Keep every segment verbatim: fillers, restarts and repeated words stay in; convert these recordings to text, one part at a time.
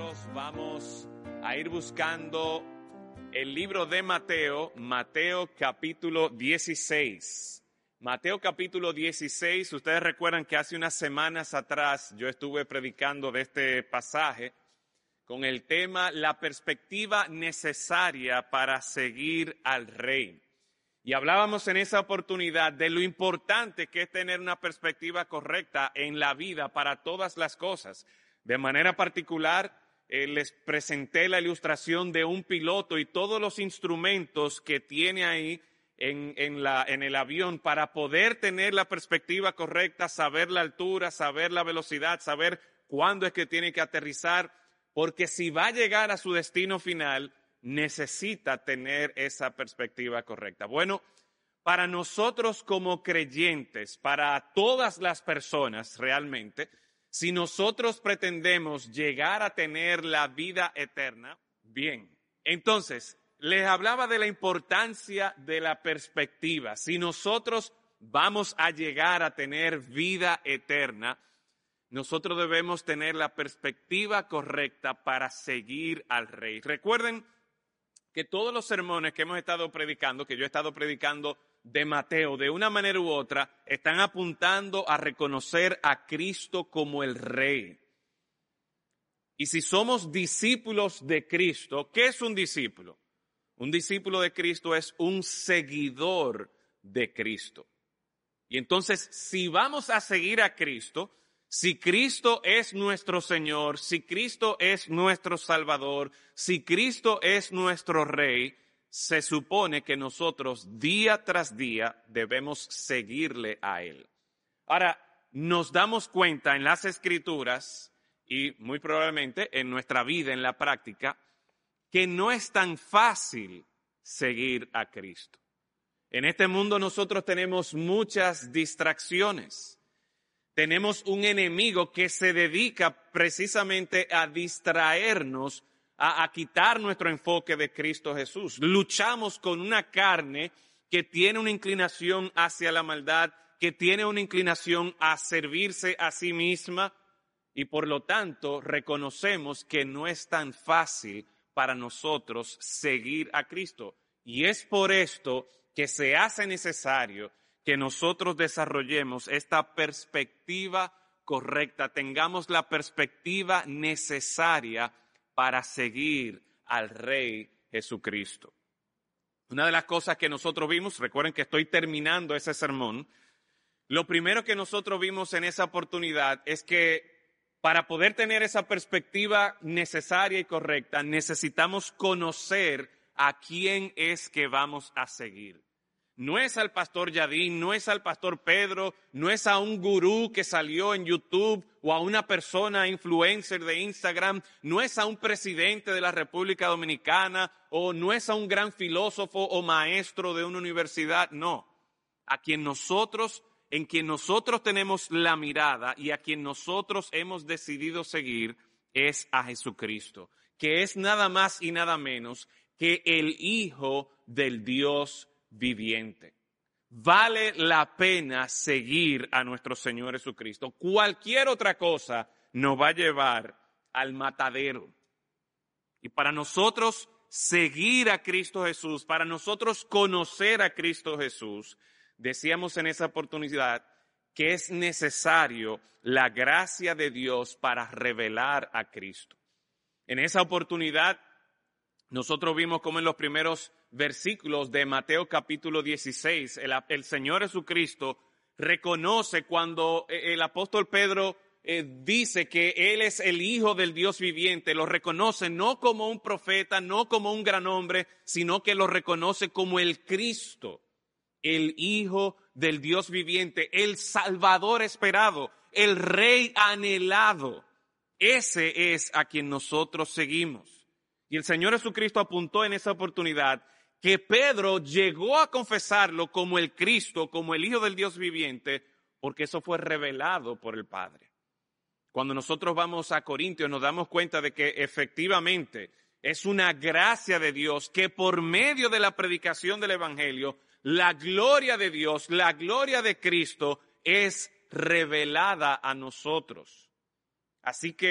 Dios, vamos a ir buscando el libro de Mateo, Mateo capítulo dieciséis. Mateo capítulo dieciséis, ustedes recuerdan que hace unas semanas atrás yo estuve predicando de este pasaje con el tema la perspectiva necesaria para seguir al Rey. Y hablábamos en esa oportunidad de lo importante que es tener una perspectiva correcta en la vida para todas las cosas. De manera particular, eh, les presenté la ilustración de un piloto y todos los instrumentos que tiene ahí en, en, la, en el avión para poder tener la perspectiva correcta, saber la altura, saber la velocidad, saber cuándo es que tiene que aterrizar, porque si va a llegar a su destino final, necesita tener esa perspectiva correcta. Bueno, para nosotros como creyentes, para todas las personas realmente, si nosotros pretendemos llegar a tener la vida eterna, bien. Entonces, les hablaba de la importancia de la perspectiva. Si nosotros vamos a llegar a tener vida eterna, nosotros debemos tener la perspectiva correcta para seguir al Rey. Recuerden que todos los sermones que hemos estado predicando, que yo he estado predicando de Mateo, de una manera u otra, están apuntando a reconocer a Cristo como el Rey. Y si somos discípulos de Cristo, ¿qué es un discípulo? Un discípulo de Cristo es un seguidor de Cristo. Y entonces, si vamos a seguir a Cristo, si Cristo es nuestro Señor, si Cristo es nuestro Salvador, si Cristo es nuestro Rey, se supone que nosotros día tras día debemos seguirle a Él. Ahora, nos damos cuenta en las Escrituras y muy probablemente en nuestra vida, en la práctica, que no es tan fácil seguir a Cristo. En este mundo nosotros tenemos muchas distracciones. Tenemos un enemigo que se dedica precisamente a distraernos, a, a quitar nuestro enfoque de Cristo Jesús. Luchamos con una carne que tiene una inclinación hacia la maldad, que tiene una inclinación a servirse a sí misma y por lo tanto reconocemos que no es tan fácil para nosotros seguir a Cristo. Y es por esto que se hace necesario que nosotros desarrollemos esta perspectiva correcta, tengamos la perspectiva necesaria para seguir al Rey Jesucristo. Una de las cosas que nosotros vimos, recuerden que estoy terminando ese sermón, lo primero que nosotros vimos en esa oportunidad es que para poder tener esa perspectiva necesaria y correcta, necesitamos conocer a quién es que vamos a seguir. No es al pastor Yadín, no es al pastor Pedro, no es a un gurú que salió en YouTube o a una persona influencer de Instagram, no es a un presidente de la República Dominicana o no es a un gran filósofo o maestro de una universidad, no. A quien nosotros, en quien nosotros tenemos la mirada y a quien nosotros hemos decidido seguir es a Jesucristo, que es nada más y nada menos que el Hijo del Dios viviente. Vale la pena seguir a nuestro Señor Jesucristo. Cualquier otra cosa nos va a llevar al matadero. Y para nosotros seguir a Cristo Jesús, para nosotros conocer a Cristo Jesús, decíamos en esa oportunidad que es necesario la gracia de Dios para revelar a Cristo. En esa oportunidad nosotros vimos cómo en los primeros versículos de Mateo capítulo dieciséis, el, el Señor Jesucristo reconoce cuando el apóstol Pedro eh, dice que Él es el Hijo del Dios viviente, lo reconoce no como un profeta, no como un gran hombre, sino que lo reconoce como el Cristo, el Hijo del Dios viviente, el Salvador esperado, el Rey anhelado. Ese es a quien nosotros seguimos. Y el Señor Jesucristo apuntó en esa oportunidad que Pedro llegó a confesarlo como el Cristo, como el Hijo del Dios viviente, porque eso fue revelado por el Padre. Cuando nosotros vamos a Corintios nos damos cuenta de que efectivamente es una gracia de Dios que por medio de la predicación del Evangelio, la gloria de Dios, la gloria de Cristo es revelada a nosotros. Así que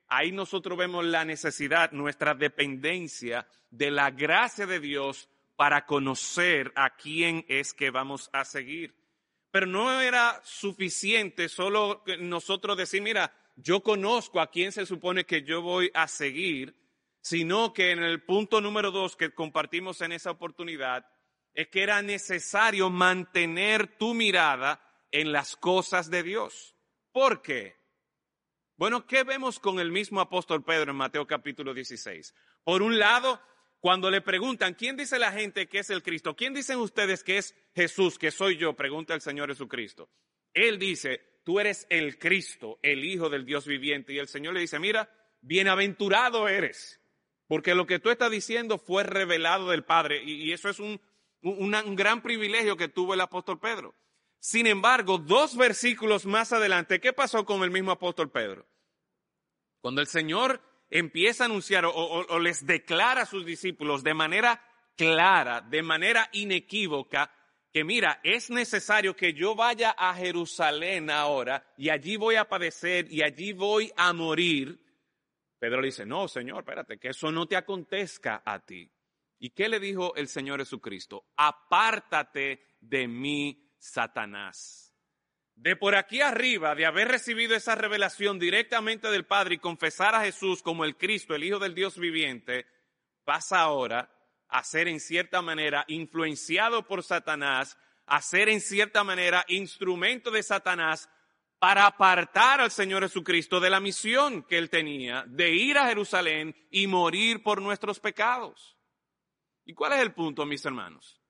ahí nosotros vemos la necesidad, nuestra dependencia de la gracia de Dios para conocer a quién es que vamos a seguir. Pero no era suficiente solo nosotros decir, mira, yo conozco a quién se supone que yo voy a seguir, sino que en el punto número dos que compartimos en esa oportunidad, es que era necesario mantener tu mirada en las cosas de Dios. ¿Por qué? Bueno, ¿qué vemos con el mismo apóstol Pedro en Mateo capítulo dieciséis? Por un lado, cuando le preguntan, ¿quién dice la gente que es el Cristo? ¿Quién dicen ustedes que es Jesús, que soy yo? Pregunta el Señor Jesucristo. Él dice, tú eres el Cristo, el Hijo del Dios viviente. Y el Señor le dice, mira, bienaventurado eres, porque lo que tú estás diciendo fue revelado del Padre. Y, y eso es un, un, un gran privilegio que tuvo el apóstol Pedro. Sin embargo, dos versículos más adelante, ¿qué pasó con el mismo apóstol Pedro? Cuando el Señor empieza a anunciar o, o, o les declara a sus discípulos de manera clara, de manera inequívoca, que mira, es necesario que yo vaya a Jerusalén ahora y allí voy a padecer y allí voy a morir. Pedro le dice, no, Señor, espérate, que eso no te acontezca a ti. ¿Y qué le dijo el Señor Jesucristo? Apártate de mí, Satanás. De por aquí arriba, de haber recibido esa revelación directamente del Padre y confesar a Jesús como el Cristo, el Hijo del Dios viviente, pasa ahora a ser en cierta manera influenciado por Satanás, a ser en cierta manera instrumento de Satanás para apartar al Señor Jesucristo de la misión que él tenía de ir a Jerusalén y morir por nuestros pecados. ¿Y cuál es el punto, mis hermanos?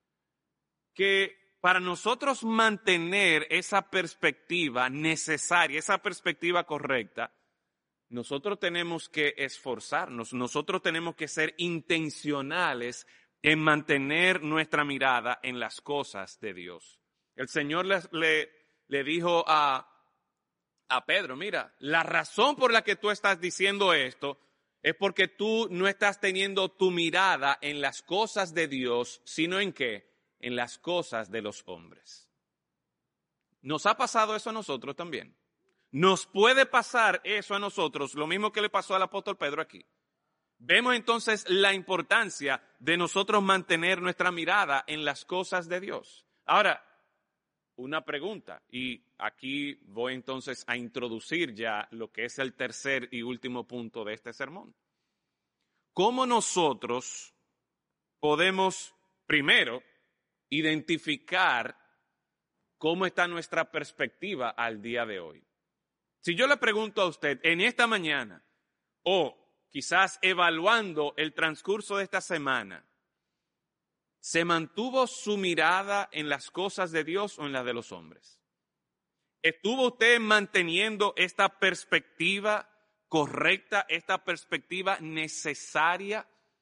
Que para nosotros mantener esa perspectiva necesaria, esa perspectiva correcta, nosotros tenemos que esforzarnos, nosotros tenemos que ser intencionales en mantener nuestra mirada en las cosas de Dios. El Señor le, le, le dijo a, a Pedro, mira, la razón por la que tú estás diciendo esto es porque tú no estás teniendo tu mirada en las cosas de Dios, sino en ¿qué? En las cosas de los hombres. ¿Nos ha pasado eso a nosotros también? Nos puede pasar eso a nosotros, lo mismo que le pasó al apóstol Pedro aquí. Vemos entonces la importancia de nosotros mantener nuestra mirada en las cosas de Dios. Ahora, una pregunta, y aquí voy entonces a introducir ya lo que es el tercer y último punto de este sermón. ¿Cómo nosotros podemos, primero, identificar cómo está nuestra perspectiva al día de hoy? Si yo le pregunto a usted en esta mañana o quizás evaluando el transcurso de esta semana, ¿se mantuvo su mirada en las cosas de Dios o en las de los hombres? ¿Estuvo usted manteniendo esta perspectiva correcta, esta perspectiva necesaria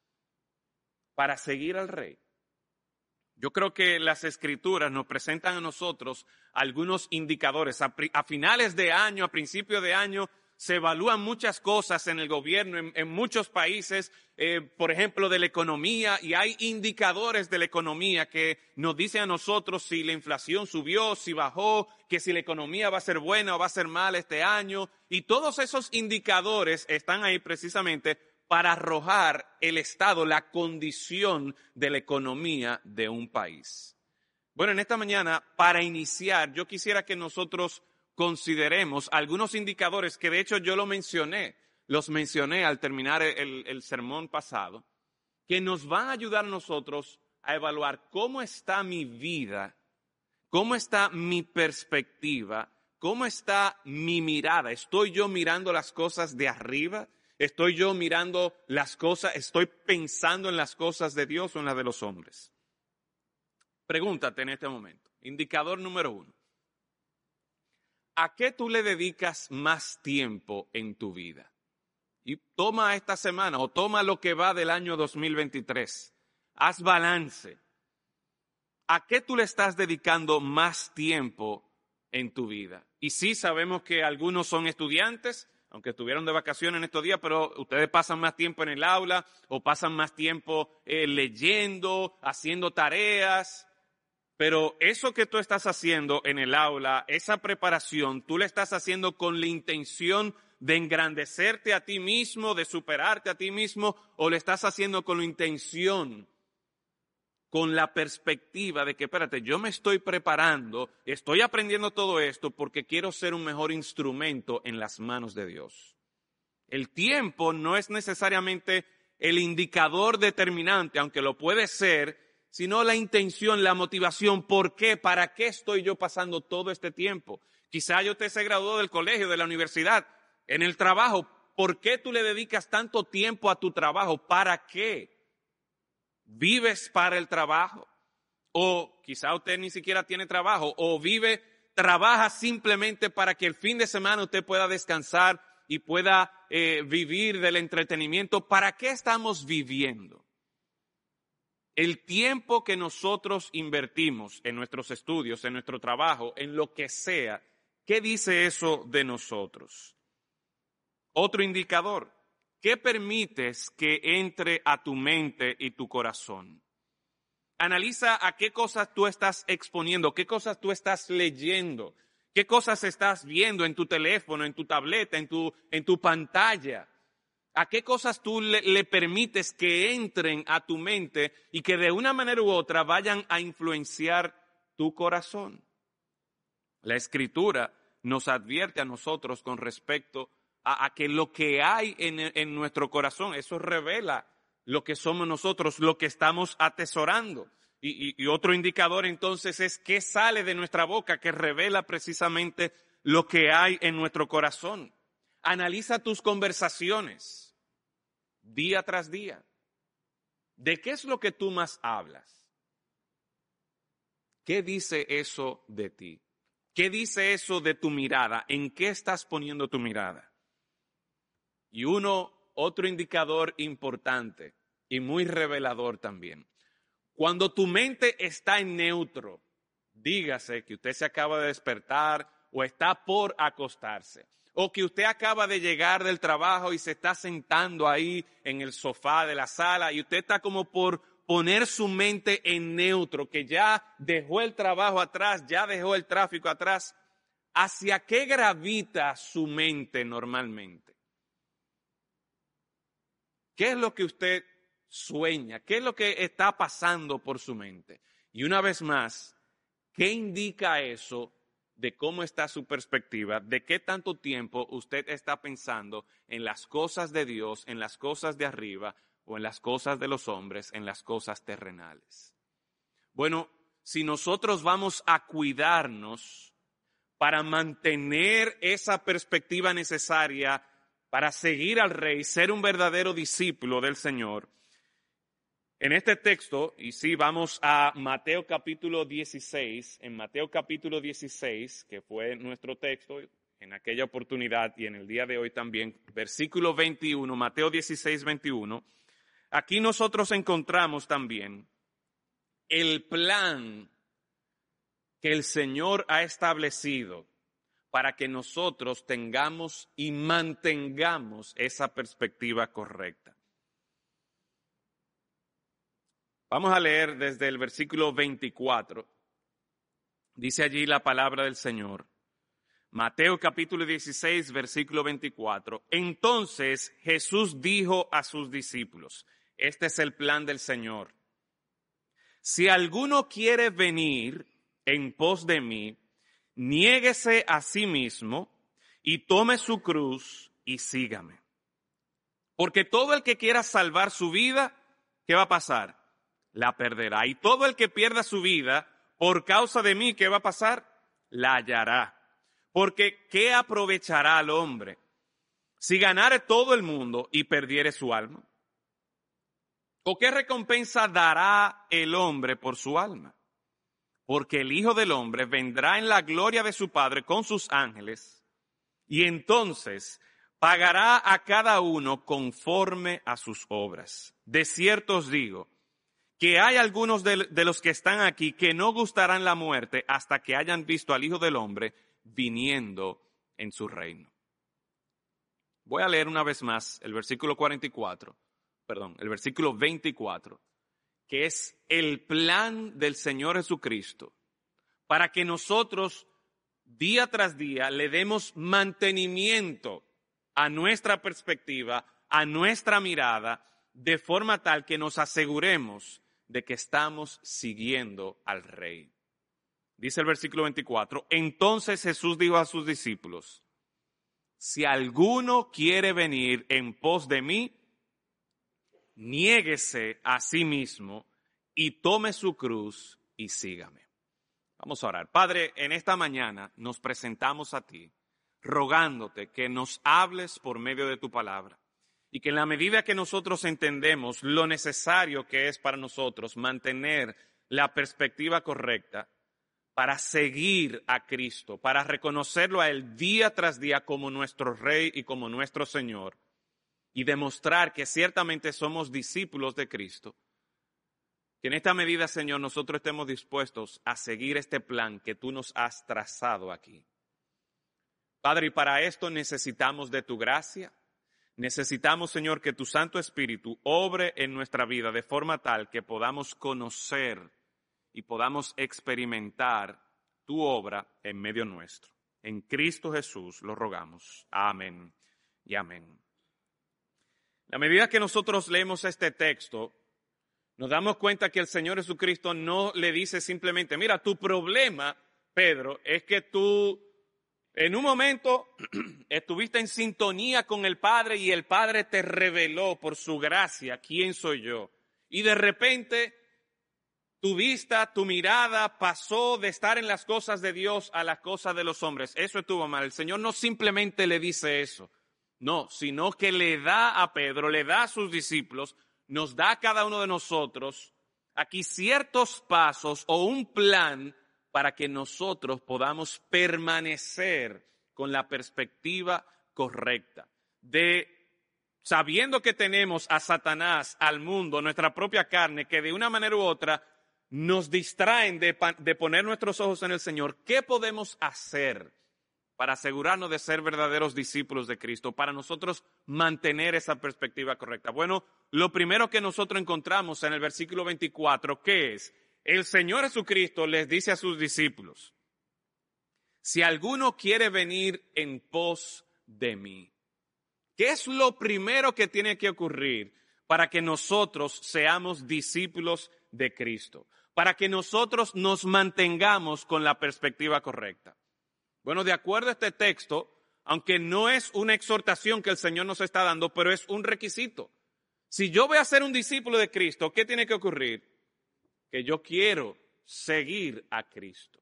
para seguir al Rey? Yo creo que las Escrituras nos presentan a nosotros algunos indicadores. A, a finales de año, a principio de año, se evalúan muchas cosas en el gobierno, en, en muchos países, eh, por ejemplo, de la economía, y hay indicadores de la economía que nos dicen a nosotros si la inflación subió, si bajó, que si la economía va a ser buena o va a ser mala este año. Y todos esos indicadores están ahí precisamente para arrojar el estado, la condición de la economía de un país. Bueno, en esta mañana, para iniciar, yo quisiera que nosotros consideremos algunos indicadores que de hecho yo lo mencioné, los mencioné al terminar el, el sermón pasado, que nos van a ayudar a nosotros a evaluar cómo está mi vida, cómo está mi perspectiva, cómo está mi mirada. ¿Estoy yo mirando las cosas de arriba? ¿Estoy yo mirando las cosas, estoy pensando en las cosas de Dios o en las de los hombres? Pregúntate en este momento. Indicador número uno. ¿A qué tú le dedicas más tiempo en tu vida? Y toma esta semana o toma lo que va del año dos mil veintitrés. Haz balance. ¿A qué tú le estás dedicando más tiempo en tu vida? Y sí, sabemos que algunos son estudiantes, aunque estuvieron de vacaciones en estos días, pero ustedes pasan más tiempo en el aula o pasan más tiempo eh, leyendo, haciendo tareas. Pero eso que tú estás haciendo en el aula, esa preparación, tú la estás haciendo con la intención de engrandecerte a ti mismo, de superarte a ti mismo, o lo estás haciendo con la intención, con la perspectiva de que, espérate, yo me estoy preparando, estoy aprendiendo todo esto porque quiero ser un mejor instrumento en las manos de Dios. El tiempo no es necesariamente el indicador determinante, aunque lo puede ser, sino la intención, la motivación. ¿Por qué? ¿Para qué estoy yo pasando todo este tiempo? Quizá yo te se graduó del colegio, de la universidad, en el trabajo. ¿Por qué tú le dedicas tanto tiempo a tu trabajo? ¿Para qué? ¿Vives para el trabajo? O quizá usted ni siquiera tiene trabajo, o vive, trabaja simplemente para que el fin de semana usted pueda descansar y pueda eh, vivir del entretenimiento. ¿Para qué estamos viviendo? El tiempo que nosotros invertimos en nuestros estudios, en nuestro trabajo, en lo que sea, ¿qué dice eso de nosotros? Otro indicador, ¿qué permites que entre a tu mente y tu corazón? Analiza a qué cosas tú estás exponiendo, qué cosas tú estás leyendo, qué cosas estás viendo en tu teléfono, en tu tableta, en tu, en tu pantalla. ¿A qué cosas tú le, le permites que entren a tu mente y que de una manera u otra vayan a influenciar tu corazón? La Escritura nos advierte a nosotros con respecto a, a que lo que hay en, en nuestro corazón, eso revela lo que somos nosotros, lo que estamos atesorando. Y, y, y otro indicador entonces es qué sale de nuestra boca, que revela precisamente lo que hay en nuestro corazón. Analiza tus conversaciones día tras día. ¿De qué es lo que tú más hablas? ¿Qué dice eso de ti? ¿Qué dice eso de tu mirada? ¿En qué estás poniendo tu mirada? Y uno, otro indicador importante y muy revelador también. Cuando tu mente está en neutro, dígase que usted se acaba de despertar o está por acostarse, o que usted acaba de llegar del trabajo y se está sentando ahí en el sofá de la sala y usted está como por poner su mente en neutro, que ya dejó el trabajo atrás, ya dejó el tráfico atrás. ¿Hacia qué gravita su mente normalmente? ¿Qué es lo que usted sueña? ¿Qué es lo que está pasando por su mente? Y una vez más, ¿qué indica eso de cómo está su perspectiva, de qué tanto tiempo usted está pensando en las cosas de Dios, en las cosas de arriba o en las cosas de los hombres, en las cosas terrenales? Bueno, si nosotros vamos a cuidarnos para mantener esa perspectiva necesaria para seguir al Rey, ser un verdadero discípulo del Señor, en este texto, y sí, vamos a Mateo capítulo dieciséis, en Mateo capítulo dieciséis, que fue nuestro texto en aquella oportunidad y en el día de hoy también, versículo veintiuno, Mateo dieciséis, veintiuno, aquí nosotros encontramos también el plan que el Señor ha establecido para que nosotros tengamos y mantengamos esa perspectiva correcta. Vamos a leer desde el versículo veinticuatro. Dice allí la palabra del Señor. Mateo capítulo dieciséis, versículo veinticuatro. Entonces Jesús dijo a sus discípulos, este es el plan del Señor. Si alguno quiere venir en pos de mí, niéguese a sí mismo y tome su cruz y sígame. Porque todo el que quiera salvar su vida, ¿qué va a pasar? La perderá. Y todo el que pierda su vida por causa de mí, ¿qué va a pasar? La hallará. Porque ¿qué aprovechará al hombre si ganare todo el mundo y perdiere su alma? ¿O qué recompensa dará el hombre por su alma? Porque el Hijo del Hombre vendrá en la gloria de su Padre con sus ángeles y entonces pagará a cada uno conforme a sus obras. De cierto os digo que hay algunos de, de los que están aquí que no gustarán la muerte hasta que hayan visto al Hijo del Hombre viniendo en su reino. Voy a leer una vez más el versículo cuarenta y cuatro, perdón, el versículo veinticuatro, que es el plan del Señor Jesucristo para que nosotros día tras día le demos mantenimiento a nuestra perspectiva, a nuestra mirada, de forma tal que nos aseguremos de que estamos siguiendo al Rey. Dice el versículo veinticuatro, entonces Jesús dijo a sus discípulos, si alguno quiere venir en pos de mí, niéguese a sí mismo y tome su cruz y sígame. Vamos a orar. Padre, en esta mañana nos presentamos a ti, rogándote que nos hables por medio de tu palabra y que en la medida que nosotros entendemos lo necesario que es para nosotros mantener la perspectiva correcta para seguir a Cristo, para reconocerlo a Él día tras día como nuestro Rey y como nuestro Señor y demostrar que ciertamente somos discípulos de Cristo, que en esta medida, Señor, nosotros estemos dispuestos a seguir este plan que tú nos has trazado aquí. Padre, y para esto necesitamos de tu gracia. Necesitamos, Señor, que tu Santo Espíritu obre en nuestra vida de forma tal que podamos conocer y podamos experimentar tu obra en medio nuestro. En Cristo Jesús lo rogamos. Amén y amén. A medida que nosotros leemos este texto, nos damos cuenta que el Señor Jesucristo no le dice simplemente, mira, tu problema, Pedro, es que tú en un momento estuviste en sintonía con el Padre y el Padre te reveló por su gracia quién soy yo. Y de repente tu vista, tu mirada pasó de estar en las cosas de Dios a las cosas de los hombres. Eso estuvo mal. El Señor no simplemente le dice eso, no, sino que le da a Pedro, le da a sus discípulos, nos da a cada uno de nosotros aquí ciertos pasos o un plan para que nosotros podamos permanecer con la perspectiva correcta, de sabiendo que tenemos a Satanás, al mundo, nuestra propia carne, que de una manera u otra nos distraen de, de poner nuestros ojos en el Señor. ¿Qué podemos hacer para asegurarnos de ser verdaderos discípulos de Cristo, para nosotros mantener esa perspectiva correcta? Bueno, lo primero que nosotros encontramos en el versículo veinticuatro, ¿qué es? El Señor Jesucristo les dice a sus discípulos, si alguno quiere venir en pos de mí, ¿qué es lo primero que tiene que ocurrir para que nosotros seamos discípulos de Cristo? Para que nosotros nos mantengamos con la perspectiva correcta. Bueno, de acuerdo a este texto, aunque no es una exhortación que el Señor nos está dando, pero es un requisito. Si yo voy a ser un discípulo de Cristo, ¿qué tiene que ocurrir? Que yo quiero seguir a Cristo.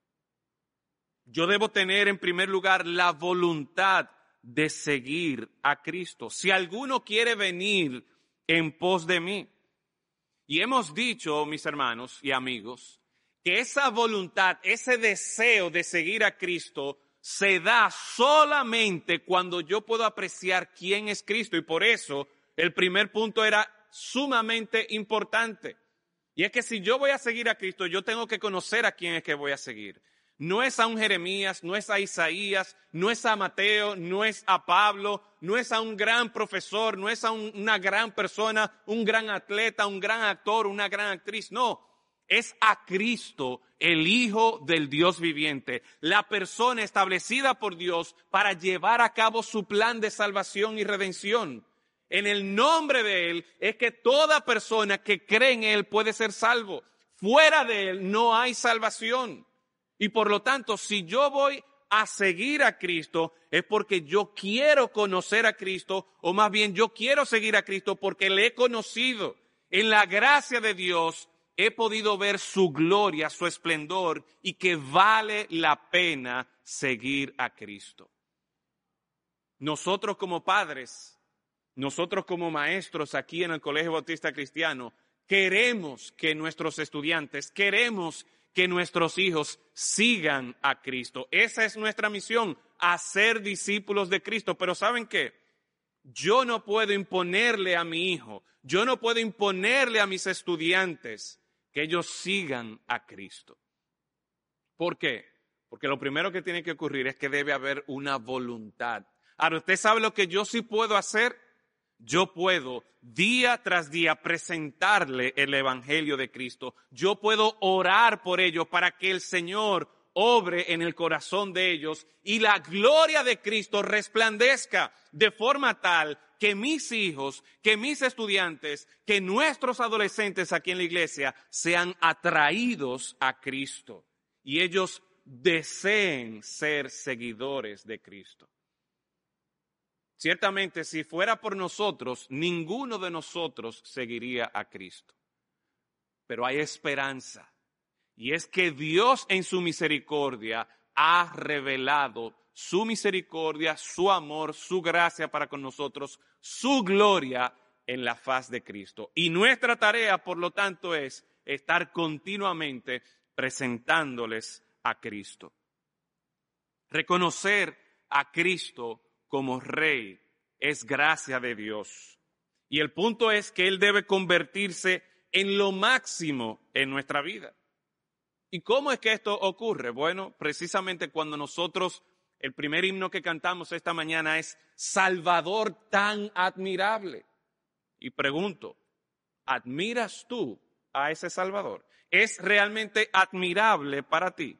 Yo debo tener en primer lugar la voluntad de seguir a Cristo. Si alguno quiere venir en pos de mí. Y hemos dicho, mis hermanos y amigos, que esa voluntad, ese deseo de seguir a Cristo se da solamente cuando yo puedo apreciar quién es Cristo. Y por eso el primer punto era sumamente importante. Y es que si yo voy a seguir a Cristo, yo tengo que conocer a quién es que voy a seguir. No es a un Jeremías, no es a Isaías, no es a Mateo, no es a Pablo, no es a un gran profesor, no es a un, una gran persona, un gran atleta, un gran actor, una gran actriz. No, es a Cristo, el Hijo del Dios viviente, la persona establecida por Dios para llevar a cabo su plan de salvación y redención. En el nombre de Él es que toda persona que cree en Él puede ser salvo. Fuera de Él no hay salvación. Y por lo tanto, si yo voy a seguir a Cristo, es porque yo quiero conocer a Cristo, o más bien yo quiero seguir a Cristo porque le he conocido. En la gracia de Dios he podido ver su gloria, su esplendor, y que vale la pena seguir a Cristo. Nosotros como padres, nosotros como maestros aquí en el Colegio Bautista Cristiano, queremos que nuestros estudiantes, queremos que nuestros hijos sigan a Cristo. Esa es nuestra misión, hacer discípulos de Cristo. Pero ¿saben qué? Yo no puedo imponerle a mi hijo, yo no puedo imponerle a mis estudiantes que ellos sigan a Cristo. ¿Por qué? Porque lo primero que tiene que ocurrir es que debe haber una voluntad. Ahora, ¿usted sabe lo que yo sí puedo hacer? Yo puedo día tras día presentarle el Evangelio de Cristo. Yo puedo orar por ellos para que el Señor obre en el corazón de ellos y la gloria de Cristo resplandezca de forma tal que mis hijos, que mis estudiantes, que nuestros adolescentes aquí en la iglesia sean atraídos a Cristo y ellos deseen ser seguidores de Cristo. Ciertamente, si fuera por nosotros, ninguno de nosotros seguiría a Cristo. Pero hay esperanza. Y es que Dios en su misericordia ha revelado su misericordia, su amor, su gracia para con nosotros, su gloria en la faz de Cristo. Y nuestra tarea, por lo tanto, es estar continuamente presentándoles a Cristo. Reconocer a Cristo como Rey es gracia de Dios. Y el punto es que Él debe convertirse en lo máximo en nuestra vida. ¿Y cómo es que esto ocurre? Bueno, precisamente cuando nosotros, el primer himno que cantamos esta mañana es Salvador tan admirable. Y pregunto, ¿admiras tú a ese Salvador? ¿Es realmente admirable para ti?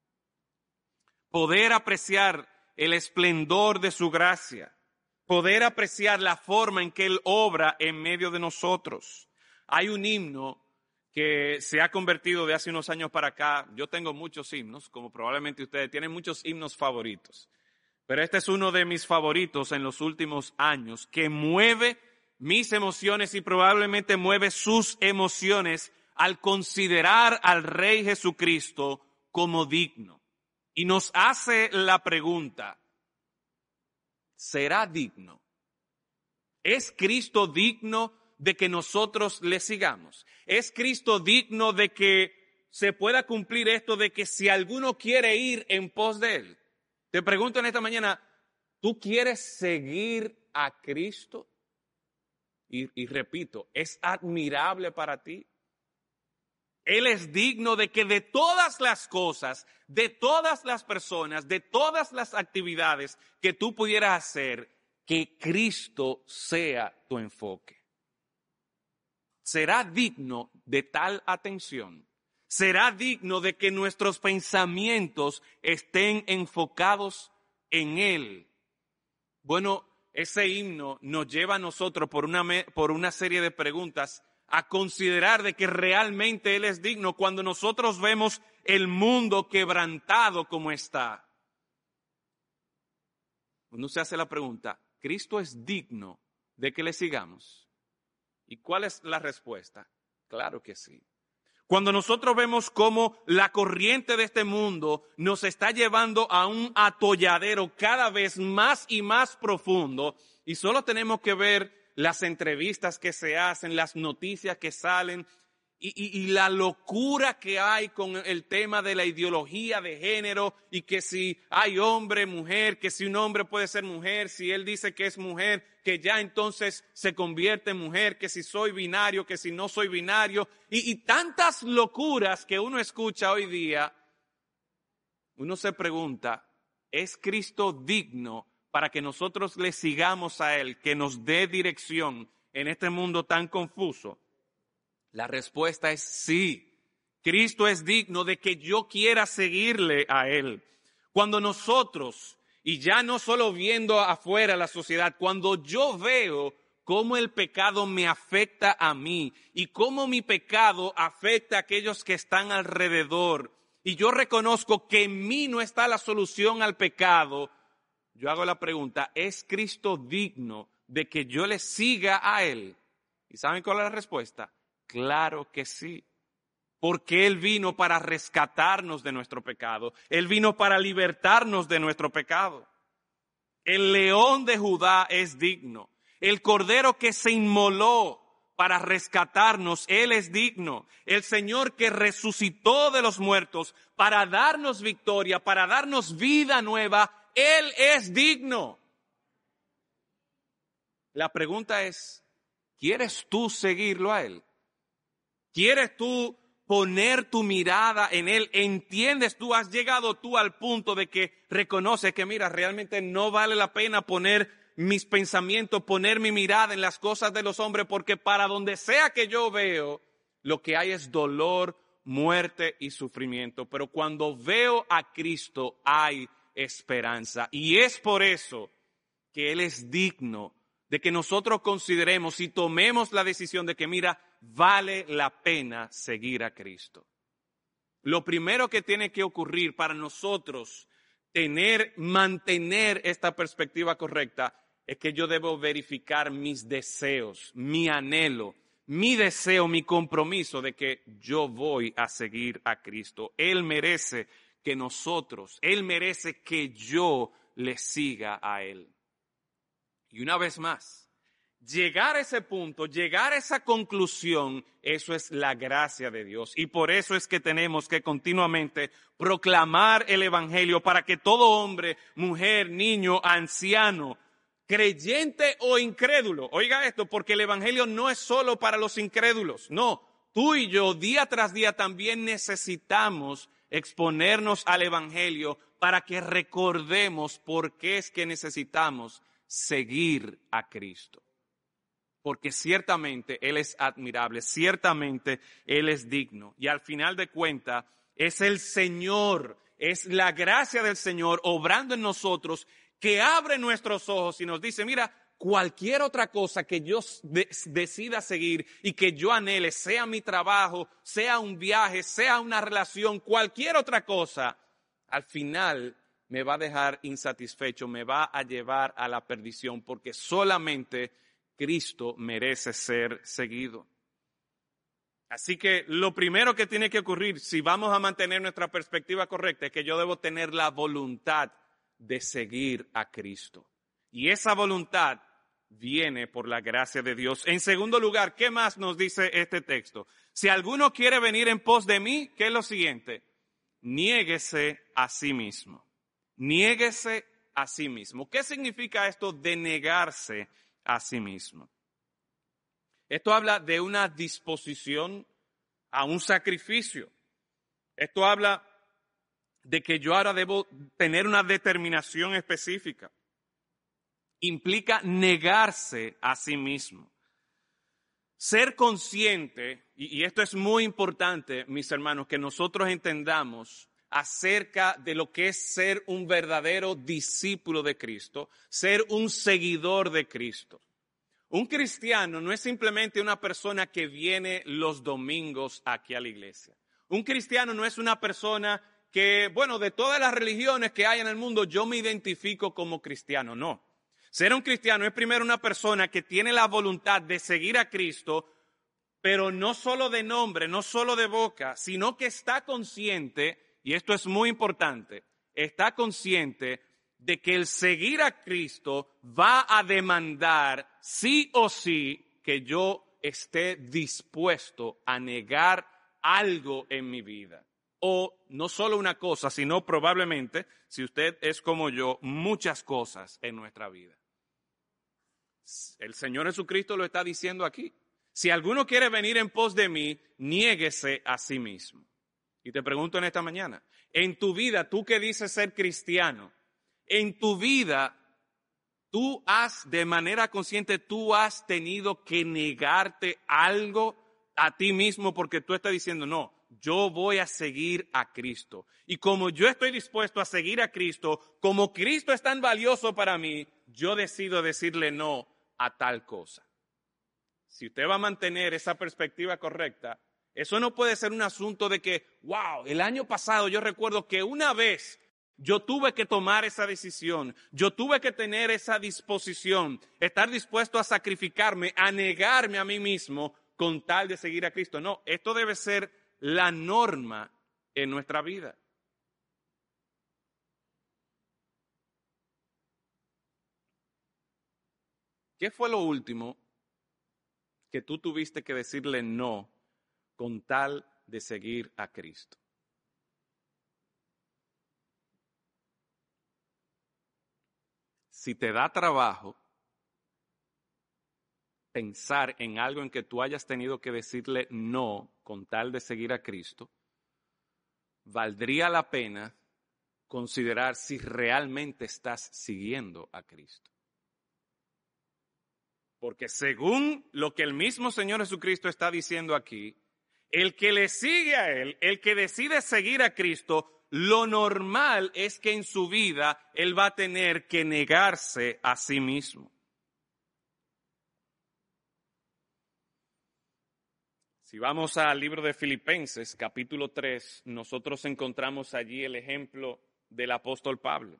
Poder apreciar el esplendor de su gracia, poder apreciar la forma en que Él obra en medio de nosotros. Hay un himno que se ha convertido de hace unos años para acá. Yo tengo muchos himnos, como probablemente ustedes tienen muchos himnos favoritos. Pero este es uno de mis favoritos en los últimos años, que mueve mis emociones y probablemente mueve sus emociones al considerar al Rey Jesucristo como digno. Y nos hace la pregunta, ¿será digno? ¿Es Cristo digno de que nosotros le sigamos? ¿Es Cristo digno de que se pueda cumplir esto de que si alguno quiere ir en pos de Él? Te pregunto en esta mañana, ¿tú quieres seguir a Cristo? Y, y repito, ¿es admirable para ti? Él es digno de que de todas las cosas, de todas las personas, de todas las actividades que tú pudieras hacer, que Cristo sea tu enfoque. ¿Será digno de tal atención? ¿Será digno de que nuestros pensamientos estén enfocados en Él? Bueno, ese himno nos lleva a nosotros por una, por una serie de preguntas a considerar de que realmente Él es digno cuando nosotros vemos el mundo quebrantado como está. Uno se hace la pregunta, ¿Cristo es digno de que le sigamos? ¿Y cuál es la respuesta? Claro que sí. Cuando nosotros vemos cómo la corriente de este mundo nos está llevando a un atolladero cada vez más y más profundo, y solo tenemos que ver las entrevistas que se hacen, las noticias que salen y, y, y la locura que hay con el tema de la ideología de género y que si hay hombre, mujer, que si un hombre puede ser mujer, si él dice que es mujer, que ya entonces se convierte en mujer, que si soy binario, que si no soy binario y, y tantas locuras que uno escucha hoy día, uno se pregunta, ¿es Cristo digno para que nosotros le sigamos a Él, que nos dé dirección en este mundo tan confuso? La respuesta es sí. Cristo es digno de que yo quiera seguirle a Él. Cuando nosotros, y ya no solo viendo afuera la sociedad, cuando yo veo cómo el pecado me afecta a mí y cómo mi pecado afecta a aquellos que están alrededor, y yo reconozco que en mí no está la solución al pecado, yo hago la pregunta, ¿es Cristo digno de que yo le siga a Él? ¿Y saben cuál es la respuesta? Claro que sí. Porque Él vino para rescatarnos de nuestro pecado. Él vino para libertarnos de nuestro pecado. El león de Judá es digno. El cordero que se inmoló para rescatarnos, Él es digno. El Señor que resucitó de los muertos para darnos victoria, para darnos vida nueva, Él es digno. La pregunta es, ¿quieres tú seguirlo a Él? ¿Quieres tú poner tu mirada en Él? ¿Entiendes tú, has llegado tú al punto de que reconoces que mira, realmente no vale la pena poner mis pensamientos, poner mi mirada en las cosas de los hombres, porque para donde sea que yo veo, lo que hay es dolor, muerte y sufrimiento, pero cuando veo a Cristo hay esperanza. Y es por eso que Él es digno de que nosotros consideremos y tomemos la decisión de que, mira, vale la pena seguir a Cristo. Lo primero que tiene que ocurrir para nosotros tener, mantener esta perspectiva correcta es que yo debo verificar mis deseos, mi anhelo, mi deseo, mi compromiso de que yo voy a seguir a Cristo. Él merece que nosotros, Él merece que yo le siga a Él. Y una vez más, llegar a ese punto, llegar a esa conclusión, eso es la gracia de Dios. Y por eso es que tenemos que continuamente proclamar el Evangelio para que todo hombre, mujer, niño, anciano, creyente o incrédulo, oiga esto, porque el Evangelio no es solo para los incrédulos, no. Tú y yo día tras día también necesitamos exponernos al Evangelio para que recordemos por qué es que necesitamos seguir a Cristo. Porque ciertamente Él es admirable, ciertamente Él es digno. Y al final de cuentas, es el Señor, es la gracia del Señor obrando en nosotros que abre nuestros ojos y nos dice, mira, cualquier otra cosa que yo de- decida seguir y que yo anhele, sea mi trabajo, sea un viaje, sea una relación, cualquier otra cosa, al final me va a dejar insatisfecho, me va a llevar a la perdición, porque solamente Cristo merece ser seguido. Así que lo primero que tiene que ocurrir, si vamos a mantener nuestra perspectiva correcta, es que yo debo tener la voluntad de seguir a Cristo. Y esa voluntad viene por la gracia de Dios. En segundo lugar, ¿qué más nos dice este texto? Si alguno quiere venir en pos de mí, ¿qué es lo siguiente? Niéguese a sí mismo. Niéguese a sí mismo. ¿Qué significa esto de negarse a sí mismo? Esto habla de una disposición a un sacrificio. Esto habla de que yo ahora debo tener una determinación específica. Implica negarse a sí mismo. Ser consciente, y, y esto es muy importante, mis hermanos, que nosotros entendamos acerca de lo que es ser un verdadero discípulo de Cristo, ser un seguidor de Cristo. Un cristiano no es simplemente una persona que viene los domingos aquí a la iglesia. Un cristiano no es una persona que, bueno, de todas las religiones que hay en el mundo, yo me identifico como cristiano. No. Ser un cristiano es primero una persona que tiene la voluntad de seguir a Cristo, pero no solo de nombre, no solo de boca, sino que está consciente, y esto es muy importante, está consciente de que el seguir a Cristo va a demandar sí o sí que yo esté dispuesto a negar algo en mi vida. O no solo una cosa, sino probablemente, si usted es como yo, muchas cosas en nuestra vida. El Señor Jesucristo lo está diciendo aquí. Si alguno quiere venir en pos de mí, niéguese a sí mismo. Y te pregunto en esta mañana, en tu vida, tú que dices ser cristiano, en tu vida, tú has, de manera consciente, tú has tenido que negarte algo a ti mismo porque tú estás diciendo, no, yo voy a seguir a Cristo. Y como yo estoy dispuesto a seguir a Cristo, como Cristo es tan valioso para mí, yo decido decirle no a tal cosa. Si usted va a mantener esa perspectiva correcta, eso no puede ser un asunto de que, wow, el año pasado yo recuerdo que una vez yo tuve que tomar esa decisión, yo tuve que tener esa disposición, estar dispuesto a sacrificarme, a negarme a mí mismo con tal de seguir a Cristo. No, esto debe ser la norma en nuestra vida. ¿Qué fue lo último que tú tuviste que decirle no con tal de seguir a Cristo? Si te da trabajo pensar en algo en que tú hayas tenido que decirle no con tal de seguir a Cristo, valdría la pena considerar si realmente estás siguiendo a Cristo. Porque según lo que el mismo Señor Jesucristo está diciendo aquí, el que le sigue a Él, el que decide seguir a Cristo, lo normal es que en su vida Él va a tener que negarse a sí mismo. Si vamos al libro de Filipenses, capítulo tres, nosotros encontramos allí el ejemplo del apóstol Pablo.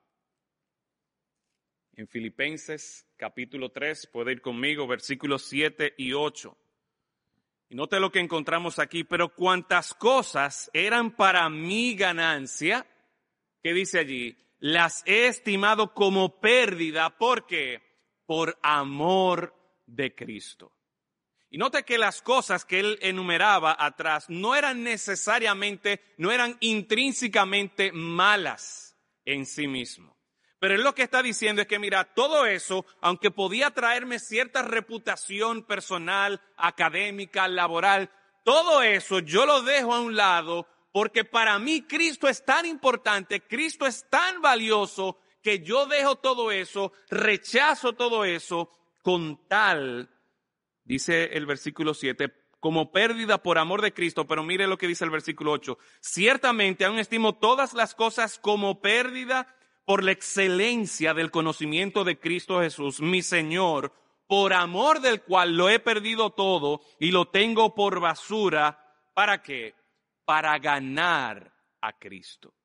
En Filipenses, capítulo tres, puede ir conmigo, versículos siete y ocho. Y note lo que encontramos aquí, pero cuantas cosas eran para mi ganancia, ¿qué dice allí? Las he estimado como pérdida, ¿por qué? Por amor de Cristo. Y note que las cosas que él enumeraba atrás no eran necesariamente, no eran intrínsecamente malas en sí mismo. Pero él lo que está diciendo es que, mira, todo eso, aunque podía traerme cierta reputación personal, académica, laboral, todo eso yo lo dejo a un lado porque para mí Cristo es tan importante, Cristo es tan valioso que yo dejo todo eso, rechazo todo eso con tal, dice el versículo siete, como pérdida por amor de Cristo, pero mire lo que dice el versículo ocho. Ciertamente aún estimo todas las cosas como pérdida por la excelencia del conocimiento de Cristo Jesús, mi Señor, por amor del cual lo he perdido todo y lo tengo por basura. ¿Para qué? Para ganar a Cristo.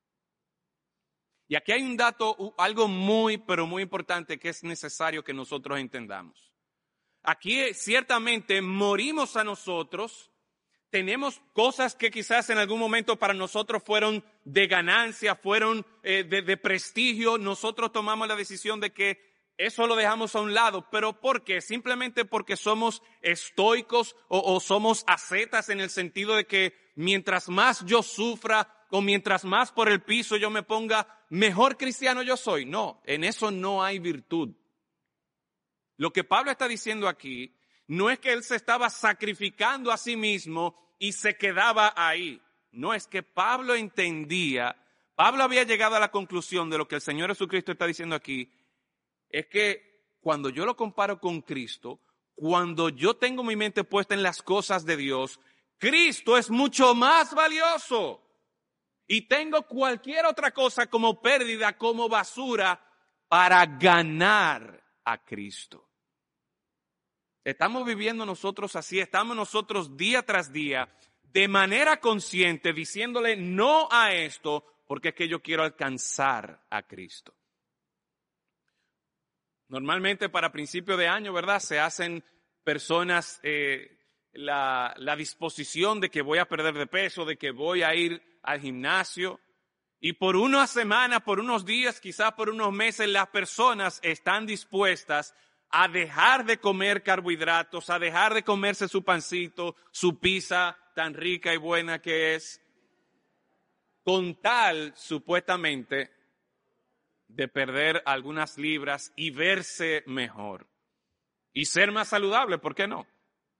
Y aquí hay un dato, algo muy, pero muy importante que es necesario que nosotros entendamos. Aquí ciertamente morimos a nosotros. Tenemos cosas que quizás en algún momento para nosotros fueron de ganancia, fueron eh, de, de prestigio. Nosotros tomamos la decisión de que eso lo dejamos a un lado. ¿Pero por qué? Simplemente porque somos estoicos o, o somos ascetas en el sentido de que mientras más yo sufra o mientras más por el piso yo me ponga, mejor cristiano yo soy. No, en eso no hay virtud. Lo que Pablo está diciendo aquí no es que él se estaba sacrificando a sí mismo y se quedaba ahí. No, es que Pablo entendía, Pablo había llegado a la conclusión de lo que el Señor Jesucristo está diciendo aquí, es que cuando yo lo comparo con Cristo, cuando yo tengo mi mente puesta en las cosas de Dios, Cristo es mucho más valioso. Y tengo cualquier otra cosa como pérdida, como basura, para ganar a Cristo. Estamos viviendo nosotros así, estamos nosotros día tras día, de manera consciente, diciéndole no a esto, porque es que yo quiero alcanzar a Cristo. Normalmente para principio de año, ¿verdad? Se hacen personas eh, la, la disposición de que voy a perder de peso, de que voy a ir al gimnasio. Y por unas semanas, por unos días, quizás por unos meses, las personas están dispuestas a dejar de comer carbohidratos, a dejar de comerse su pancito, su pizza tan rica y buena que es, con tal, supuestamente, de perder algunas libras y verse mejor. Y ser más saludable, ¿por qué no?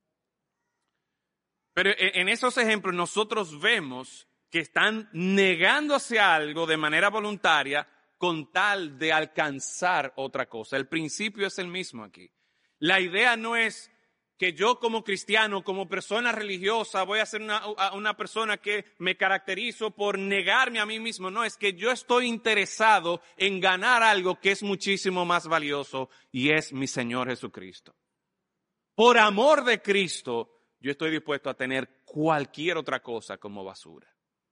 Pero en esos ejemplos nosotros vemos que están negándose a algo de manera voluntaria con tal de alcanzar otra cosa. El principio es el mismo aquí. La idea no es que yo como cristiano, como persona religiosa, voy a ser una, una persona que me caracterizo por negarme a mí mismo. No, es que yo estoy interesado en ganar algo que es muchísimo más valioso y es mi Señor Jesucristo. Por amor de Cristo, yo estoy dispuesto a tener cualquier otra cosa como basura.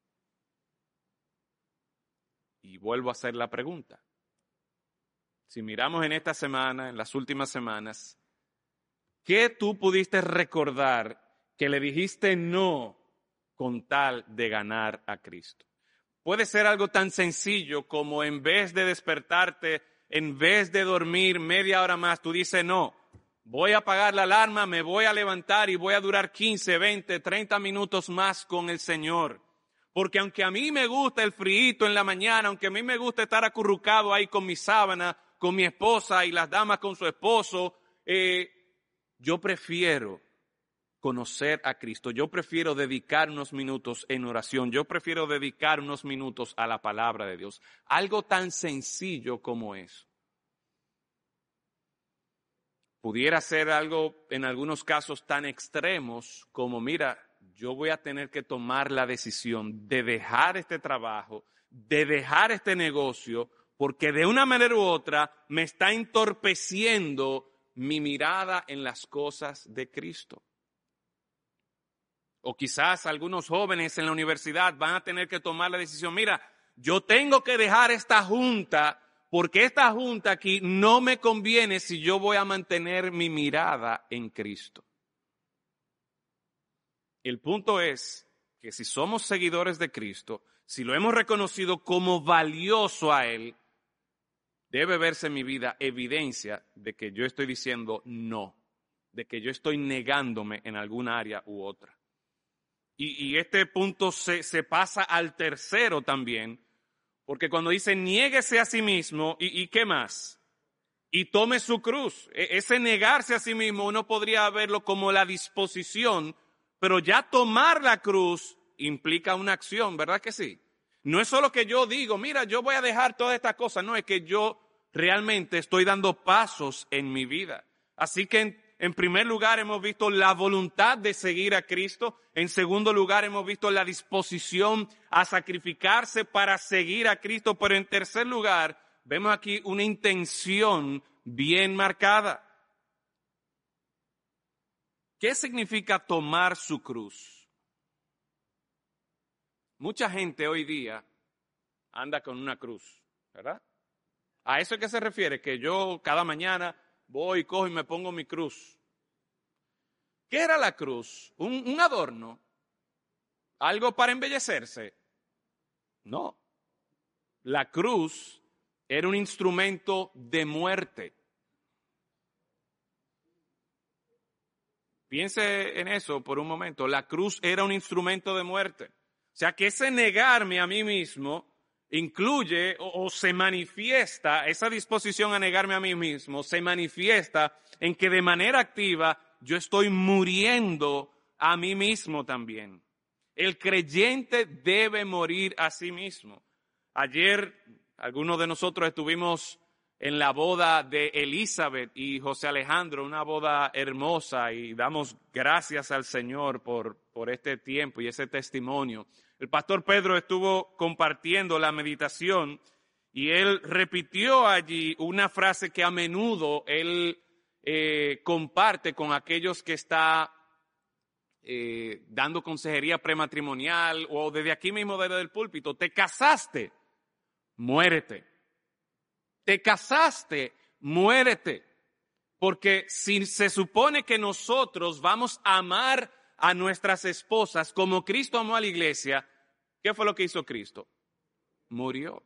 Y vuelvo a hacer la pregunta. Si miramos en esta semana, en las últimas semanas, ¿qué tú pudiste recordar que le dijiste no con tal de ganar a Cristo? Puede ser algo tan sencillo como en vez de despertarte, en vez de dormir media hora más, tú dices no, voy a apagar la alarma, me voy a levantar y voy a durar quince, veinte, treinta minutos más con el Señor. Porque aunque a mí me gusta el friito en la mañana, aunque a mí me gusta estar acurrucado ahí con mi sábana, con mi esposa y las damas con su esposo, eh, yo prefiero conocer a Cristo. Yo prefiero dedicar unos minutos en oración. Yo prefiero dedicar unos minutos a la palabra de Dios. Algo tan sencillo como eso. Pudiera ser algo, en algunos casos, tan extremos como, mira, yo voy a tener que tomar la decisión de dejar este trabajo, de dejar este negocio, porque de una manera u otra me está entorpeciendo mi mirada en las cosas de Cristo. O quizás algunos jóvenes en la universidad van a tener que tomar la decisión, mira, yo tengo que dejar esta junta porque esta junta aquí no me conviene si yo voy a mantener mi mirada en Cristo. El punto es que si somos seguidores de Cristo, si lo hemos reconocido como valioso a Él, debe verse en mi vida evidencia de que yo estoy diciendo no, de que yo estoy negándome en alguna área u otra. Y, y este punto se, se pasa al tercero también, porque cuando dice niéguese a sí mismo, ¿y, y qué más? Y tome su cruz. E, ese negarse a sí mismo uno podría verlo como la disposición, pero ya tomar la cruz implica una acción, ¿verdad que sí? No es solo que yo digo, mira, yo voy a dejar todas estas cosas, no, es que yo realmente estoy dando pasos en mi vida. Así que en, en primer lugar hemos visto la voluntad de seguir a Cristo, en segundo lugar hemos visto la disposición a sacrificarse para seguir a Cristo, pero en tercer lugar vemos aquí una intención bien marcada. ¿Qué significa tomar su cruz? Mucha gente hoy día anda con una cruz, ¿verdad? ¿A eso es que se refiere? Que yo cada mañana voy, cojo y me pongo mi cruz. ¿Qué era la cruz? ¿Un, un adorno? ¿Algo para embellecerse? No. La cruz era un instrumento de muerte. Piense en eso por un momento. La cruz era un instrumento de muerte. O sea, que ese negarme a mí mismo incluye o, o se manifiesta, esa disposición a negarme a mí mismo, se manifiesta en que de manera activa yo estoy muriendo a mí mismo también. El creyente debe morir a sí mismo. Ayer algunos de nosotros estuvimos en la boda de Elizabeth y José Alejandro, una boda hermosa, y damos gracias al Señor por, por este tiempo y ese testimonio. El pastor Pedro estuvo compartiendo la meditación y él repitió allí una frase que a menudo él eh, comparte con aquellos que está eh, dando consejería prematrimonial o desde aquí mismo, desde el púlpito. Te casaste, muérete. Te casaste, muérete. Porque si se supone que nosotros vamos a amar a nuestras esposas como Cristo amó a la iglesia, ¿qué fue lo que hizo Cristo? Murió.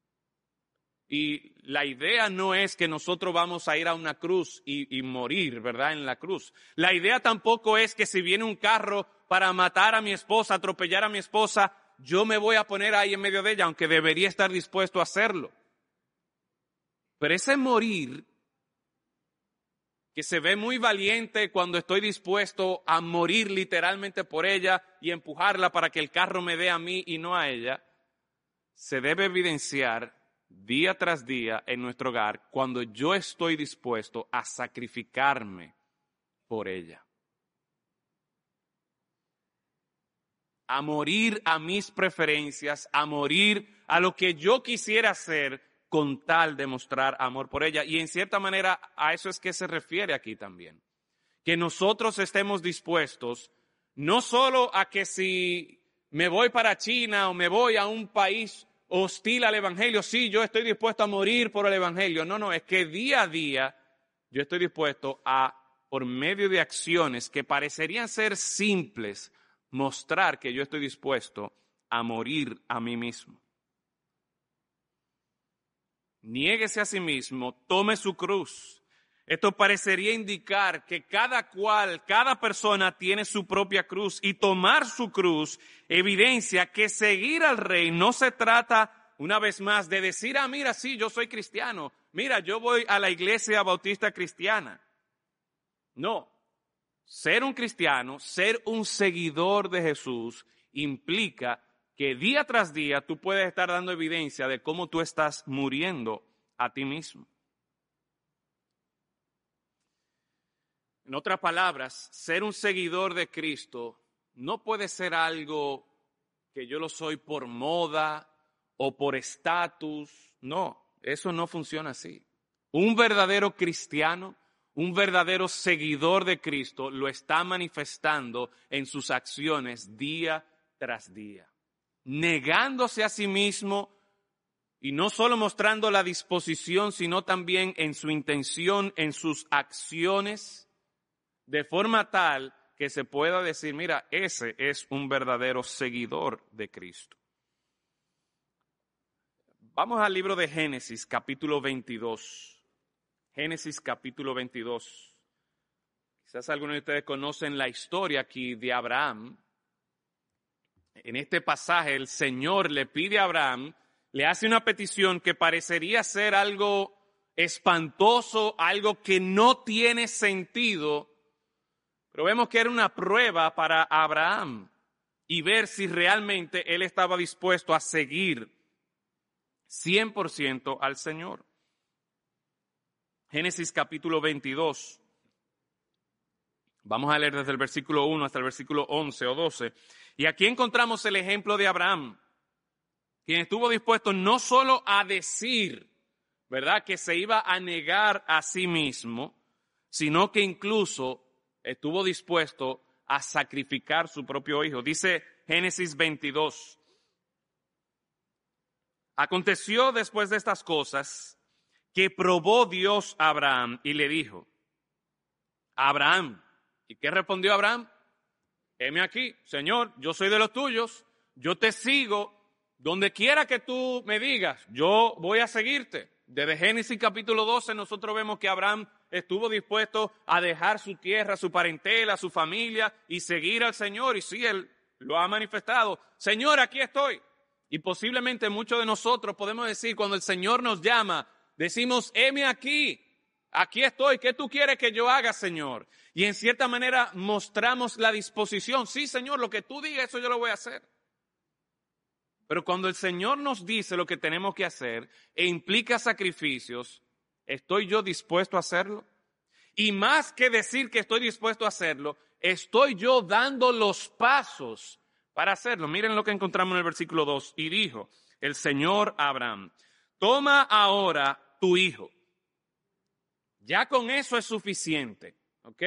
Y la idea no es que nosotros vamos a ir a una cruz y, y morir, ¿verdad? En la cruz. La idea tampoco es que si viene un carro para matar a mi esposa, atropellar a mi esposa, yo me voy a poner ahí en medio de ella, aunque debería estar dispuesto a hacerlo. Pero ese morir, que se ve muy valiente cuando estoy dispuesto a morir literalmente por ella y empujarla para que el carro me dé a mí y no a ella, se debe evidenciar día tras día en nuestro hogar cuando yo estoy dispuesto a sacrificarme por ella. A morir a mis preferencias, a morir a lo que yo quisiera hacer con tal de mostrar amor por ella. Y en cierta manera a eso es que se refiere aquí también. Que nosotros estemos dispuestos no solo a que si me voy para China o me voy a un país hostil al evangelio, sí, yo estoy dispuesto a morir por el evangelio. No, no, es que día a día yo estoy dispuesto a, por medio de acciones que parecerían ser simples, mostrar que yo estoy dispuesto a morir a mí mismo. Niéguese a sí mismo, tome su cruz. Esto parecería indicar que cada cual, cada persona tiene su propia cruz, y tomar su cruz evidencia que seguir al Rey no se trata, una vez más, de decir, ah, mira, sí, yo soy cristiano, mira, yo voy a la iglesia bautista cristiana. No, ser un cristiano, ser un seguidor de Jesús implica que día tras día tú puedes estar dando evidencia de cómo tú estás muriendo a ti mismo. En otras palabras, ser un seguidor de Cristo no puede ser algo que yo lo soy por moda o por estatus. No, eso no funciona así. Un verdadero cristiano, un verdadero seguidor de Cristo lo está manifestando en sus acciones día tras día, negándose a sí mismo y no solo mostrando la disposición, sino también en su intención, en sus acciones, de forma tal que se pueda decir, mira, ese es un verdadero seguidor de Cristo. Vamos al libro de Génesis, capítulo veintidós. Génesis, capítulo veintidós. Quizás algunos de ustedes conocen la historia aquí de Abraham. En este pasaje, el Señor le pide a Abraham, le hace una petición que parecería ser algo espantoso, algo que no tiene sentido, pero vemos que era una prueba para Abraham y ver si realmente él estaba dispuesto a seguir cien por ciento al Señor. Génesis capítulo veintidós. Vamos a leer desde el versículo uno hasta el versículo once o doce. Y aquí encontramos el ejemplo de Abraham, quien estuvo dispuesto no solo a decir, ¿verdad?, que se iba a negar a sí mismo, sino que incluso estuvo dispuesto a sacrificar su propio hijo. Dice Génesis veintidós. Aconteció después de estas cosas que probó Dios a Abraham y le dijo, Abraham, ¿y qué respondió Abraham? Heme aquí, Señor, yo soy de los tuyos, yo te sigo, donde quiera que tú me digas, yo voy a seguirte. Desde Génesis capítulo doce nosotros vemos que Abraham estuvo dispuesto a dejar su tierra, su parentela, su familia y seguir al Señor. Y sí, él lo ha manifestado. Señor, aquí estoy. Y posiblemente muchos de nosotros podemos decir, cuando el Señor nos llama, decimos, heme aquí, aquí estoy, ¿qué tú quieres que yo haga, Señor? Y en cierta manera mostramos la disposición. Sí, Señor, lo que tú digas, eso yo lo voy a hacer. Pero cuando el Señor nos dice lo que tenemos que hacer e implica sacrificios, ¿estoy yo dispuesto a hacerlo? Y más que decir que estoy dispuesto a hacerlo, ¿estoy yo dando los pasos para hacerlo? Miren lo que encontramos en el versículo dos. Y dijo el Señor a Abraham, toma ahora tu hijo. Ya con eso es suficiente, ¿ok?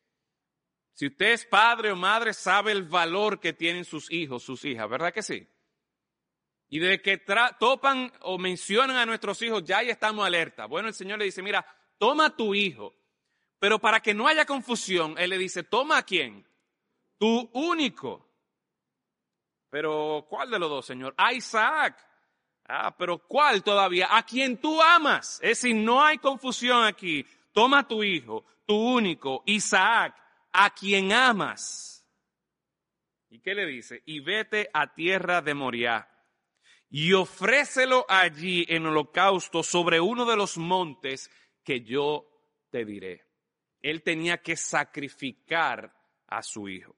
Si usted es padre o madre, sabe el valor que tienen sus hijos, sus hijas, ¿verdad que sí? Y desde que tra- topan o mencionan a nuestros hijos, ya ahí estamos alerta. Bueno, el Señor le dice, mira, toma tu hijo. Pero para que no haya confusión, Él le dice, toma a quién? Tu único. Pero, ¿cuál de los dos, Señor? A Isaac. Ah, pero ¿cuál todavía? A quien tú amas. Es decir, no hay confusión aquí. Toma tu hijo, tu único, Isaac, a quien amas. ¿Y qué le dice? Y vete a tierra de Moriah. Y ofrécelo allí en holocausto sobre uno de los montes que yo te diré. Él tenía que sacrificar a su hijo.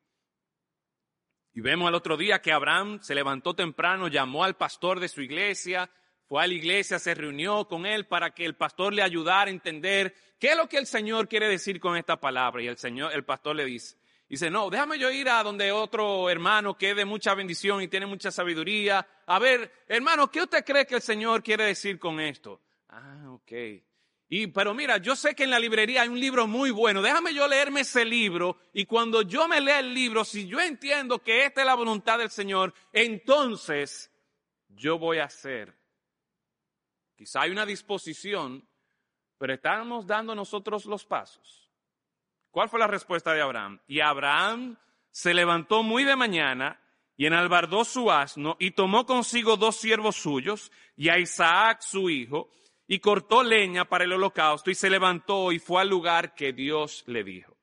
Y vemos al otro día que Abraham se levantó temprano, llamó al pastor de su iglesia, fue a la iglesia, se reunió con él para que el pastor le ayudara a entender qué es lo que el Señor quiere decir con esta palabra. Y el Señor, el pastor le dice, dice, no, déjame yo ir a donde otro hermano que es de mucha bendición y tiene mucha sabiduría. A ver, hermano, ¿qué usted cree que el Señor quiere decir con esto? Ah, ok. Y, pero mira, yo sé que en la librería hay un libro muy bueno. Déjame yo leerme ese libro y cuando yo me lea el libro, si yo entiendo que esta es la voluntad del Señor, entonces yo voy a hacer. Quizá hay una disposición, pero estamos dando nosotros los pasos. ¿Cuál fue la respuesta de Abraham? Y Abraham se levantó muy de mañana y enalbardó su asno y tomó consigo dos siervos suyos y a Isaac su hijo y cortó leña para el holocausto y se levantó y fue al lugar que Dios le dijo.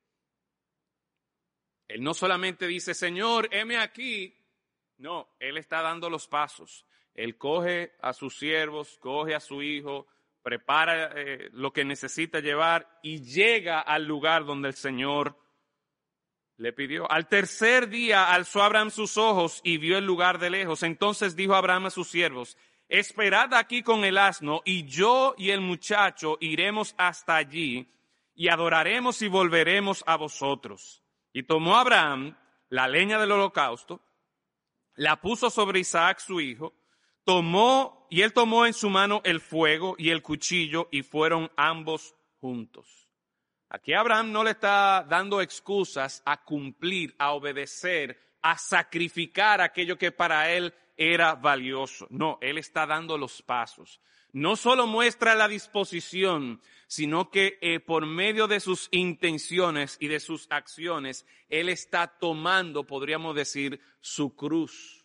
Él no solamente dice, Señor, heme aquí. No, él está dando los pasos. Él coge a sus siervos, coge a su hijo, prepara eh, lo que necesita llevar y llega al lugar donde el Señor le pidió. Al tercer día alzó Abraham sus ojos y vio el lugar de lejos. Entonces dijo Abraham a sus siervos, esperad aquí con el asno y yo y el muchacho iremos hasta allí y adoraremos y volveremos a vosotros. Y tomó Abraham la leña del holocausto, la puso sobre Isaac su hijo, tomó, y él tomó en su mano el fuego y el cuchillo, y fueron ambos juntos. Aquí Abraham no le está dando excusas a cumplir, a obedecer, a sacrificar aquello que para él era valioso. No, él está dando los pasos. No solo muestra la disposición, sino que eh, por medio de sus intenciones y de sus acciones, él está tomando, podríamos decir, su cruz.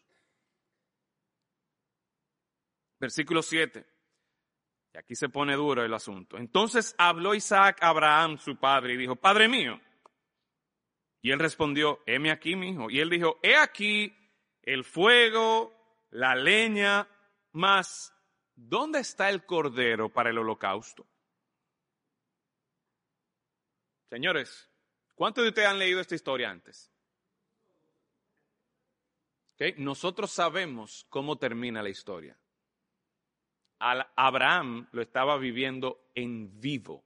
Versículo siete. Y aquí se pone duro el asunto. Entonces habló Isaac a Abraham, su padre, y dijo, Padre mío. Y él respondió, heme aquí, mi hijo. Y él dijo, he aquí el fuego, la leña, mas ¿dónde está el cordero para el holocausto? Señores, ¿cuántos de ustedes han leído esta historia antes? ¿Okay? Nosotros sabemos cómo termina la historia. Abraham lo estaba viviendo en vivo.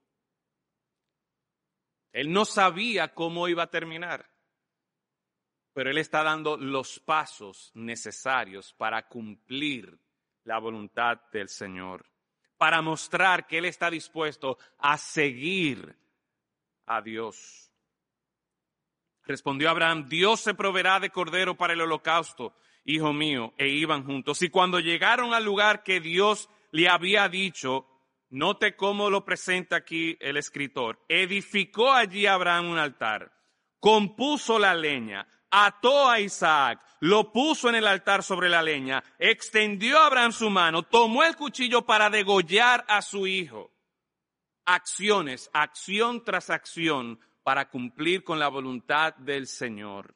Él no sabía cómo iba a terminar, pero él está dando los pasos necesarios para cumplir la voluntad del Señor, para mostrar que él está dispuesto a seguir a Dios. Respondió Abraham, Dios se proveerá de cordero para el holocausto, hijo mío, e iban juntos. Y cuando llegaron al lugar que Dios le había dicho, note cómo lo presenta aquí el escritor, edificó allí Abraham un altar, compuso la leña, ató a Isaac, lo puso en el altar sobre la leña, extendió a Abraham su mano, tomó el cuchillo para degollar a su hijo. Acciones, acción tras acción, para cumplir con la voluntad del Señor.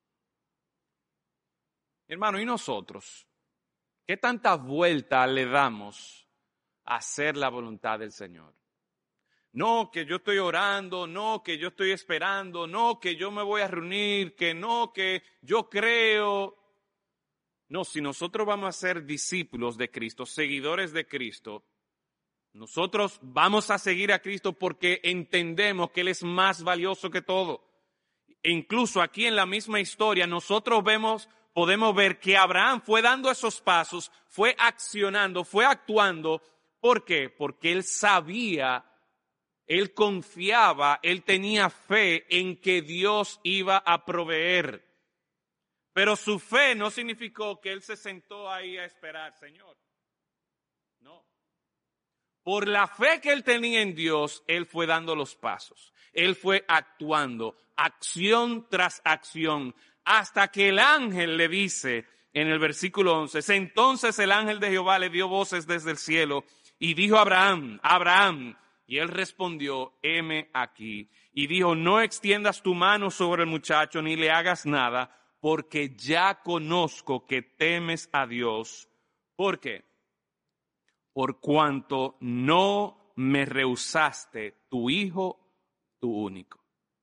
Hermano, ¿y nosotros? ¿Qué tanta vuelta le damos a hacer la voluntad del Señor? No, que yo estoy orando, no, que yo estoy esperando, no, que yo me voy a reunir, que no, que yo creo. No, si nosotros vamos a ser discípulos de Cristo, seguidores de Cristo, nosotros vamos a seguir a Cristo porque entendemos que Él es más valioso que todo. E incluso aquí en la misma historia nosotros vemos, podemos ver que Abraham fue dando esos pasos, fue accionando, fue actuando. ¿Por qué? Porque él sabía, él confiaba, él tenía fe en que Dios iba a proveer. Pero su fe no significó que él se sentó ahí a esperar, Señor. No. Por la fe que él tenía en Dios, él fue dando los pasos. Él fue actuando, acción tras acción, hasta que el ángel le dice en el versículo once, entonces el ángel de Jehová le dio voces desde el cielo y dijo a Abraham, Abraham, y él respondió, heme aquí. Y dijo, no extiendas tu mano sobre el muchacho ni le hagas nada, porque ya conozco que temes a Dios. ¿Por qué? Por cuanto no me rehusaste tu hijo, tu único.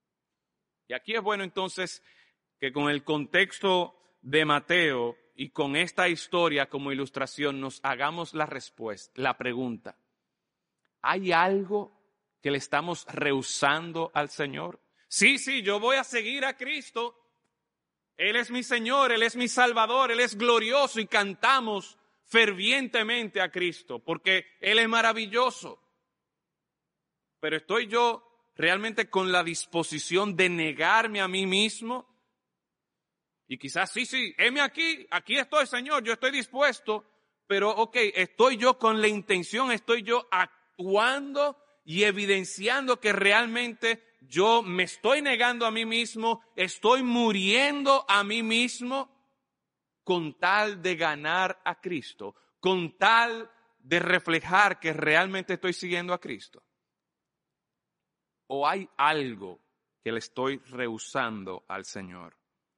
Y aquí es bueno entonces que con el contexto de Mateo y con esta historia como ilustración nos hagamos la respuesta, la pregunta. ¿Hay algo que le estamos rehusando al Señor? Sí, sí, yo voy a seguir a Cristo. Él es mi Señor, Él es mi Salvador, Él es glorioso y cantamos fervientemente a Cristo porque Él es maravilloso. Pero ¿estoy yo realmente con la disposición de negarme a mí mismo? Y quizás sí, sí, heme aquí, aquí estoy, Señor, yo estoy dispuesto, pero ok, estoy yo con la intención, estoy yo actuando y evidenciando que realmente yo me estoy negando a mí mismo, estoy muriendo a mí mismo con tal de ganar a Cristo, con tal de reflejar que realmente estoy siguiendo a Cristo. ¿O hay algo que le estoy rehusando al Señor?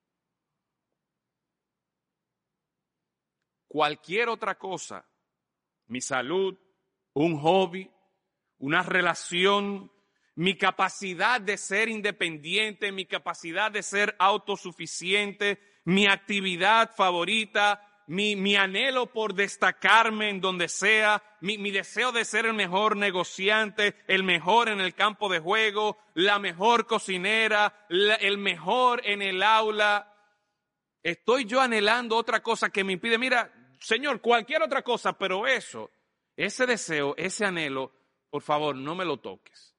Cualquier otra cosa, mi salud, un hobby, una relación, mi capacidad de ser independiente, mi capacidad de ser autosuficiente, mi actividad favorita, mi, mi anhelo por destacarme en donde sea, mi, mi deseo de ser el mejor negociante, el mejor en el campo de juego, la mejor cocinera, la, el mejor en el aula. Estoy yo anhelando otra cosa que me impide, mira, Señor, cualquier otra cosa, pero eso, ese deseo, ese anhelo, por favor, no me lo toques.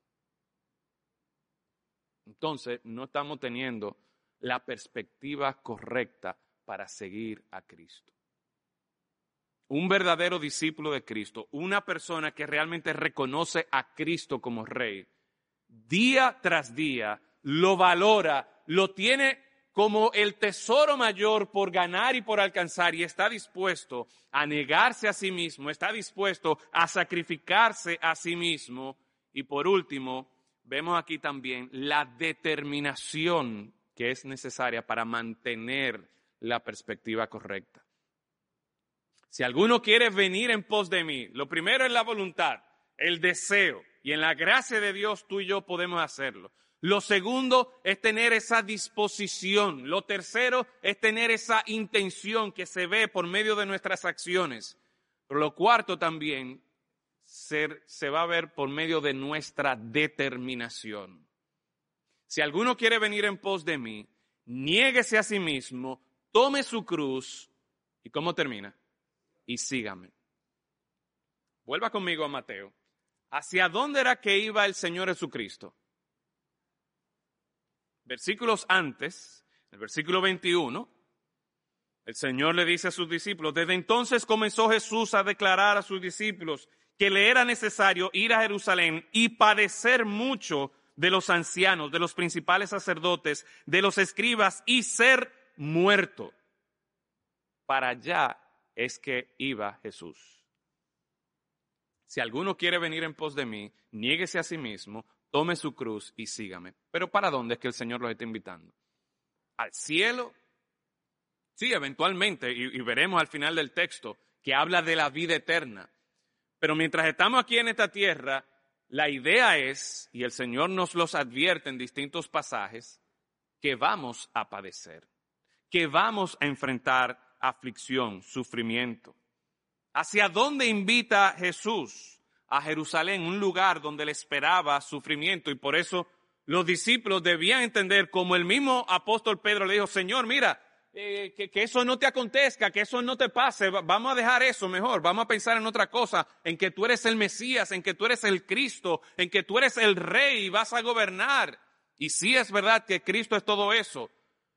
Entonces, no estamos teniendo la perspectiva correcta para seguir a Cristo. Un verdadero discípulo de Cristo, una persona que realmente reconoce a Cristo como Rey, día tras día lo valora, lo tiene como el tesoro mayor por ganar y por alcanzar, y está dispuesto a negarse a sí mismo, está dispuesto a sacrificarse a sí mismo. Y por último, vemos aquí también la determinación que es necesaria para mantener la perspectiva correcta. Si alguno quiere venir en pos de mí, lo primero es la voluntad, el deseo, y en la gracia de Dios tú y yo podemos hacerlo. Lo segundo es tener esa disposición. Lo tercero es tener esa intención que se ve por medio de nuestras acciones. Pero lo cuarto también se, se va a ver por medio de nuestra determinación. Si alguno quiere venir en pos de mí, niéguese a sí mismo, tome su cruz, ¿y cómo termina? Y sígame. Vuelva conmigo a Mateo. ¿Hacia dónde era que iba el Señor Jesucristo? Versículos antes, el versículo veintiuno, el Señor le dice a sus discípulos, desde entonces comenzó Jesús a declarar a sus discípulos que le era necesario ir a Jerusalén y padecer mucho de los ancianos, de los principales sacerdotes, de los escribas y ser muerto. Para allá es que iba Jesús. Si alguno quiere venir en pos de mí, niéguese a sí mismo, tome su cruz y sígame. ¿Pero para dónde es que el Señor los está invitando? ¿Al cielo? Sí, eventualmente, y, y veremos al final del texto que habla de la vida eterna. Pero mientras estamos aquí en esta tierra, la idea es, y el Señor nos los advierte en distintos pasajes, que vamos a padecer, que vamos a enfrentar aflicción, sufrimiento. ¿Hacia dónde invita Jesús? A Jerusalén, un lugar donde le esperaba sufrimiento, y por eso los discípulos debían entender, como el mismo apóstol Pedro le dijo, Señor, mira, eh, que, que eso no te acontezca, que eso no te pase, vamos a dejar eso mejor, vamos a pensar en otra cosa, en que tú eres el Mesías, en que tú eres el Cristo, en que tú eres el Rey y vas a gobernar. Y sí es verdad que Cristo es todo eso,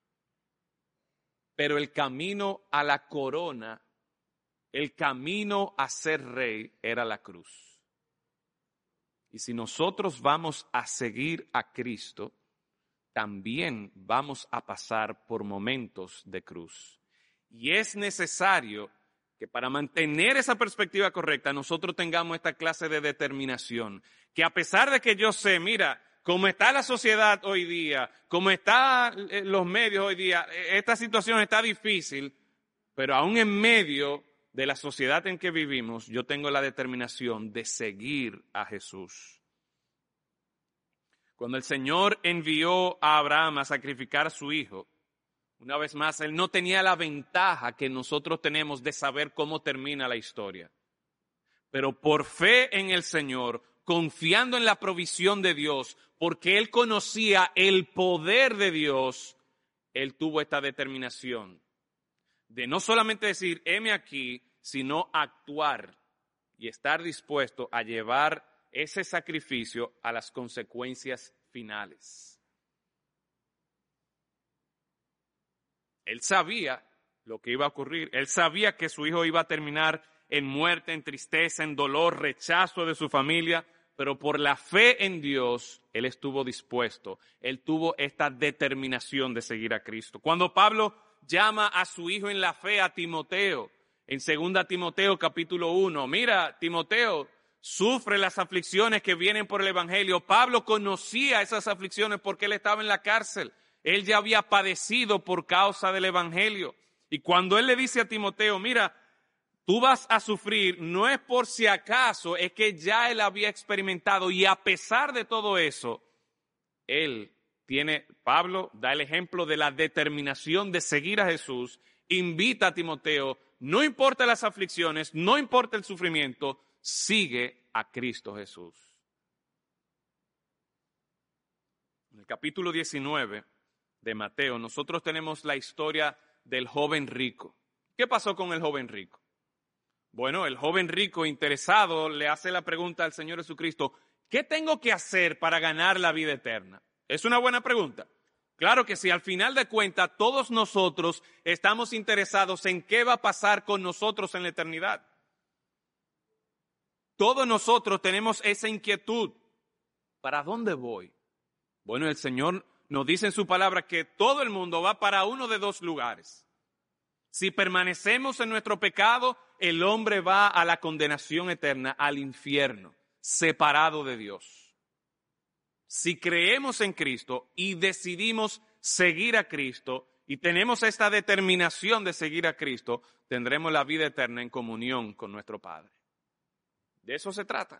pero el camino a la corona, el camino a ser Rey era la cruz. Y si nosotros vamos a seguir a Cristo, también vamos a pasar por momentos de cruz. Y es necesario que para mantener esa perspectiva correcta, nosotros tengamos esta clase de determinación. Que a pesar de que yo sé, mira, cómo está la sociedad hoy día, cómo están los medios hoy día, esta situación está difícil, pero aún en medio de la sociedad en que vivimos, yo tengo la determinación de seguir a Jesús. Cuando el Señor envió a Abraham a sacrificar a su hijo, una vez más, él no tenía la ventaja que nosotros tenemos de saber cómo termina la historia. Pero por fe en el Señor, confiando en la provisión de Dios, porque él conocía el poder de Dios, él tuvo esta determinación de no solamente decir, heme aquí, sino actuar y estar dispuesto a llevar ese sacrificio a las consecuencias finales. Él sabía lo que iba a ocurrir, él sabía que su hijo iba a terminar en muerte, en tristeza, en dolor, rechazo de su familia, pero por la fe en Dios, él estuvo dispuesto, él tuvo esta determinación de seguir a Cristo. Cuando Pablo llama a su hijo en la fe, a Timoteo, en segunda Timoteo capítulo uno, mira, Timoteo, sufre las aflicciones que vienen por el Evangelio. Pablo conocía esas aflicciones porque él estaba en la cárcel. Él ya había padecido por causa del Evangelio. Y cuando él le dice a Timoteo, mira, tú vas a sufrir, no es por si acaso, es que ya él había experimentado. Y a pesar de todo eso, él tiene, Pablo da el ejemplo de la determinación de seguir a Jesús, invita a Timoteo, no importa las aflicciones, no importa el sufrimiento, sigue a Cristo Jesús. En el capítulo diecinueve de Mateo, nosotros tenemos la historia del joven rico. ¿Qué pasó con el joven rico? Bueno, el joven rico interesado le hace la pregunta al Señor Jesucristo, ¿qué tengo que hacer para ganar la vida eterna? Es una buena pregunta. Claro que sí, al final de cuentas, todos nosotros estamos interesados en qué va a pasar con nosotros en la eternidad. Todos nosotros tenemos esa inquietud. ¿Para dónde voy? Bueno, el Señor nos dice en su palabra que todo el mundo va para uno de dos lugares. Si permanecemos en nuestro pecado, el hombre va a la condenación eterna, al infierno, separado de Dios. Si creemos en Cristo y decidimos seguir a Cristo y tenemos esta determinación de seguir a Cristo, tendremos la vida eterna en comunión con nuestro Padre. De eso se trata.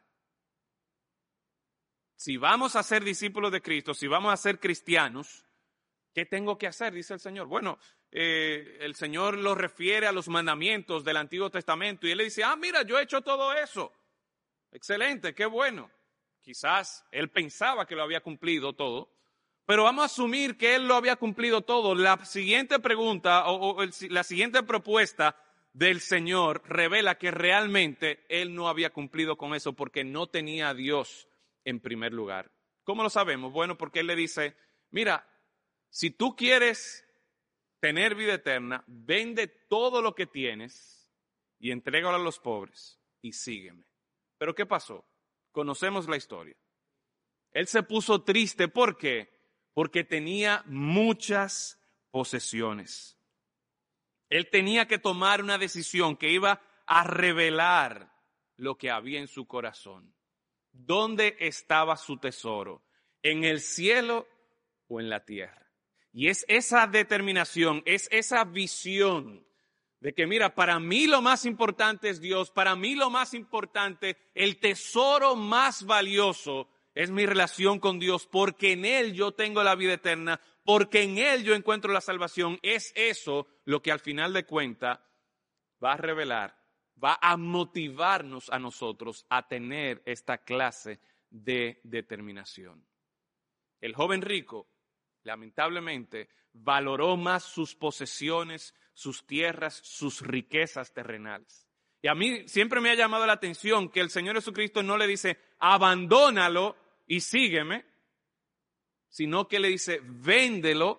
Si vamos a ser discípulos de Cristo, si vamos a ser cristianos, ¿qué tengo que hacer? Dice el Señor. Bueno, eh, el Señor lo refiere a los mandamientos del Antiguo Testamento y Él le dice, ah, mira, yo he hecho todo eso. Excelente, qué bueno. Quizás Él pensaba que lo había cumplido todo, pero vamos a asumir que Él lo había cumplido todo. La siguiente pregunta o, o el, la siguiente propuesta del Señor revela que realmente Él no había cumplido con eso porque no tenía a Dios en primer lugar. ¿Cómo lo sabemos? Bueno, porque Él le dice, mira, si tú quieres tener vida eterna, vende todo lo que tienes y entrégalo a los pobres y sígueme. ¿Pero qué pasó? Conocemos la historia. Él se puso triste. ¿Por qué? Porque tenía muchas posesiones. Él tenía que tomar una decisión que iba a revelar lo que había en su corazón. ¿Dónde estaba su tesoro? ¿En el cielo o en la tierra? Y es esa determinación, es esa visión de que, mira, para mí lo más importante es Dios, para mí lo más importante, el tesoro más valioso es mi relación con Dios, porque en Él yo tengo la vida eterna, porque en Él yo encuentro la salvación. Es eso lo que al final de cuentas va a revelar, va a motivarnos a nosotros a tener esta clase de determinación. El joven rico, lamentablemente, valoró más sus posesiones, sus tierras, sus riquezas terrenales. Y a mí siempre me ha llamado la atención que el Señor Jesucristo no le dice, abandónalo y sígueme, sino que le dice, véndelo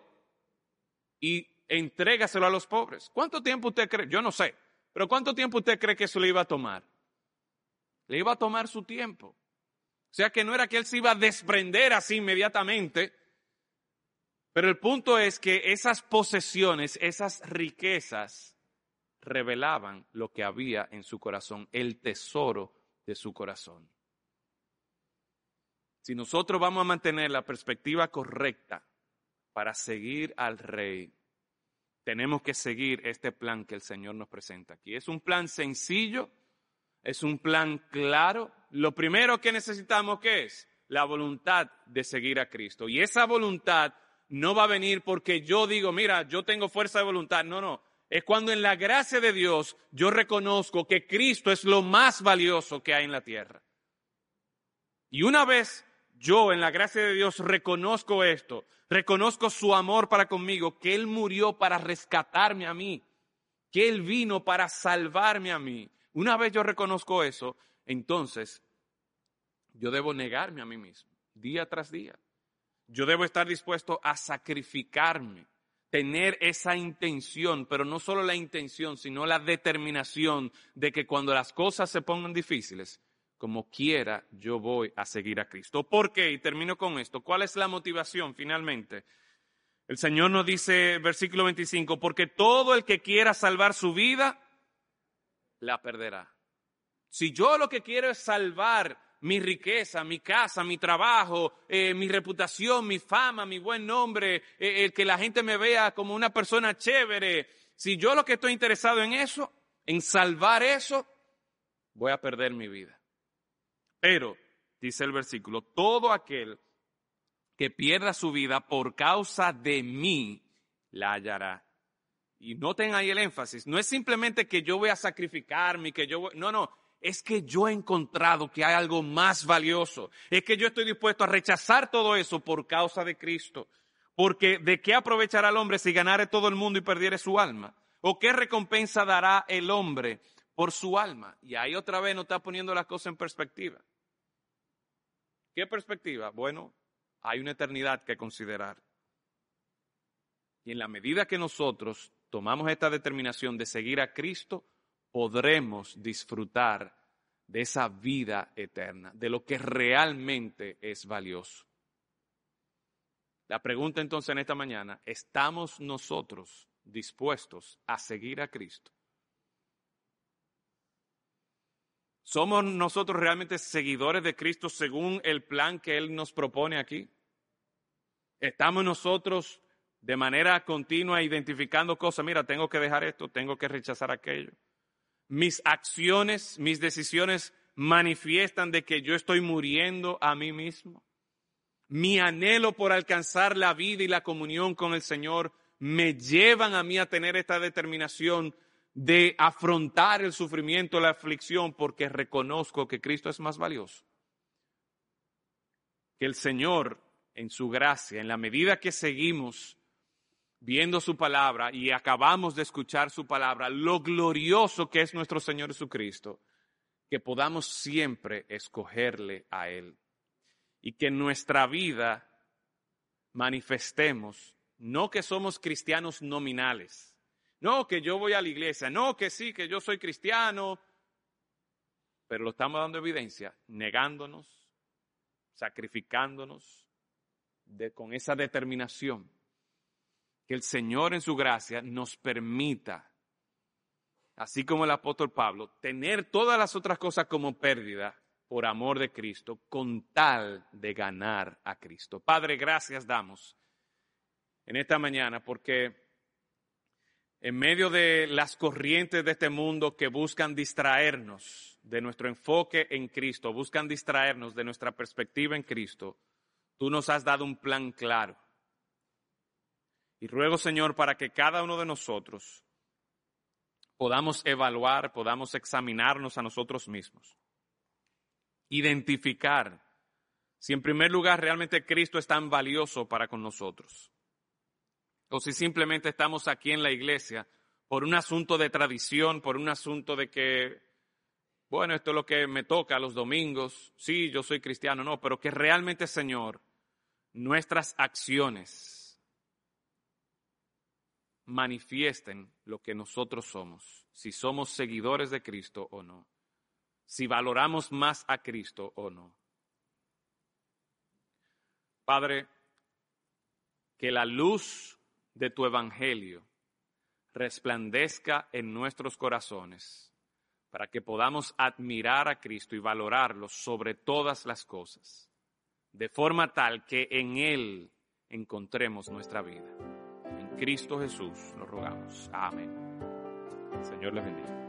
y entrégaselo a los pobres. ¿Cuánto tiempo usted cree? Yo no sé, pero ¿cuánto tiempo usted cree que eso le iba a tomar? Le iba a tomar su tiempo. O sea que no era que él se iba a desprender así inmediatamente, pero el punto es que esas posesiones, esas riquezas, revelaban lo que había en su corazón, el tesoro de su corazón. Si nosotros vamos a mantener la perspectiva correcta para seguir al Rey, tenemos que seguir este plan que el Señor nos presenta aquí. Es un plan sencillo, es un plan claro. Lo primero que necesitamos, ¿qué es? La voluntad de seguir a Cristo. Y esa voluntad no va a venir porque yo digo, mira, yo tengo fuerza de voluntad. No, no. Es cuando en la gracia de Dios yo reconozco que Cristo es lo más valioso que hay en la tierra. Y una vez yo en la gracia de Dios reconozco esto, reconozco su amor para conmigo, que Él murió para rescatarme a mí, que Él vino para salvarme a mí. Una vez yo reconozco eso, entonces yo debo negarme a mí mismo, día tras día. Yo debo estar dispuesto a sacrificarme, tener esa intención, pero no solo la intención, sino la determinación de que cuando las cosas se pongan difíciles, como quiera, yo voy a seguir a Cristo. ¿Por qué? Y termino con esto. ¿Cuál es la motivación finalmente? El Señor nos dice, versículo veinticinco, porque todo el que quiera salvar su vida, la perderá. Si yo lo que quiero es salvar mi riqueza, mi casa, mi trabajo, eh, mi reputación, mi fama, mi buen nombre, eh, el que la gente me vea como una persona chévere, si yo lo que estoy interesado en eso, en salvar eso, voy a perder mi vida. Pero, dice el versículo, todo aquel que pierda su vida por causa de mí, la hallará. Y noten ahí el énfasis, no es simplemente que yo voy a sacrificarme, que yo voy, no, no, es que yo he encontrado que hay algo más valioso, es que yo estoy dispuesto a rechazar todo eso por causa de Cristo, Porque ¿de qué aprovechará el hombre si ganare todo el mundo y perdiere su alma? ¿O qué recompensa dará el hombre por su alma? Y ahí otra vez nos está poniendo las cosas en perspectiva. ¿Qué perspectiva? Bueno, hay una eternidad que considerar. Y en la medida que nosotros tomamos esta determinación de seguir a Cristo, podremos disfrutar de esa vida eterna, de lo que realmente es valioso. La pregunta entonces en esta mañana, ¿estamos nosotros dispuestos a seguir a Cristo? ¿Somos nosotros realmente seguidores de Cristo según el plan que Él nos propone aquí? ¿Estamos nosotros de manera continua identificando cosas? Mira, tengo que dejar esto, tengo que rechazar aquello. Mis acciones, mis decisiones manifiestan de que yo estoy muriendo a mí mismo. Mi anhelo por alcanzar la vida y la comunión con el Señor me llevan a mí a tener esta determinación de afrontar el sufrimiento, la aflicción, porque reconozco que Cristo es más valioso. Que el Señor, en su gracia, en la medida que seguimos viendo su palabra y acabamos de escuchar su palabra, lo glorioso que es nuestro Señor Jesucristo, que podamos siempre escogerle a Él. Y que en nuestra vida manifestemos, no que somos cristianos nominales, no que yo voy a la iglesia, no que sí, que yo soy cristiano, pero lo estamos dando evidencia, negándonos, sacrificándonos, de, con esa determinación, que el Señor en su gracia nos permita, así como el apóstol Pablo, tener todas las otras cosas como pérdida, por amor de Cristo, con tal de ganar a Cristo. Padre, gracias damos en esta mañana porque en medio de las corrientes de este mundo que buscan distraernos de nuestro enfoque en Cristo, buscan distraernos de nuestra perspectiva en Cristo, tú nos has dado un plan claro. Y ruego, Señor, para que cada uno de nosotros podamos evaluar, podamos examinarnos a nosotros mismos. Identificar si en primer lugar realmente Cristo es tan valioso para con nosotros o si simplemente estamos aquí en la iglesia por un asunto de tradición, por un asunto de que, bueno, esto es lo que me toca los domingos, sí, yo soy cristiano, no, pero que realmente, Señor, nuestras acciones manifiesten lo que nosotros somos, si somos seguidores de Cristo o no. Si valoramos más a Cristo o no. Padre, que la luz de tu evangelio resplandezca en nuestros corazones para que podamos admirar a Cristo y valorarlo sobre todas las cosas, de forma tal que en Él encontremos nuestra vida. En Cristo Jesús lo rogamos. Amén. El Señor les bendiga.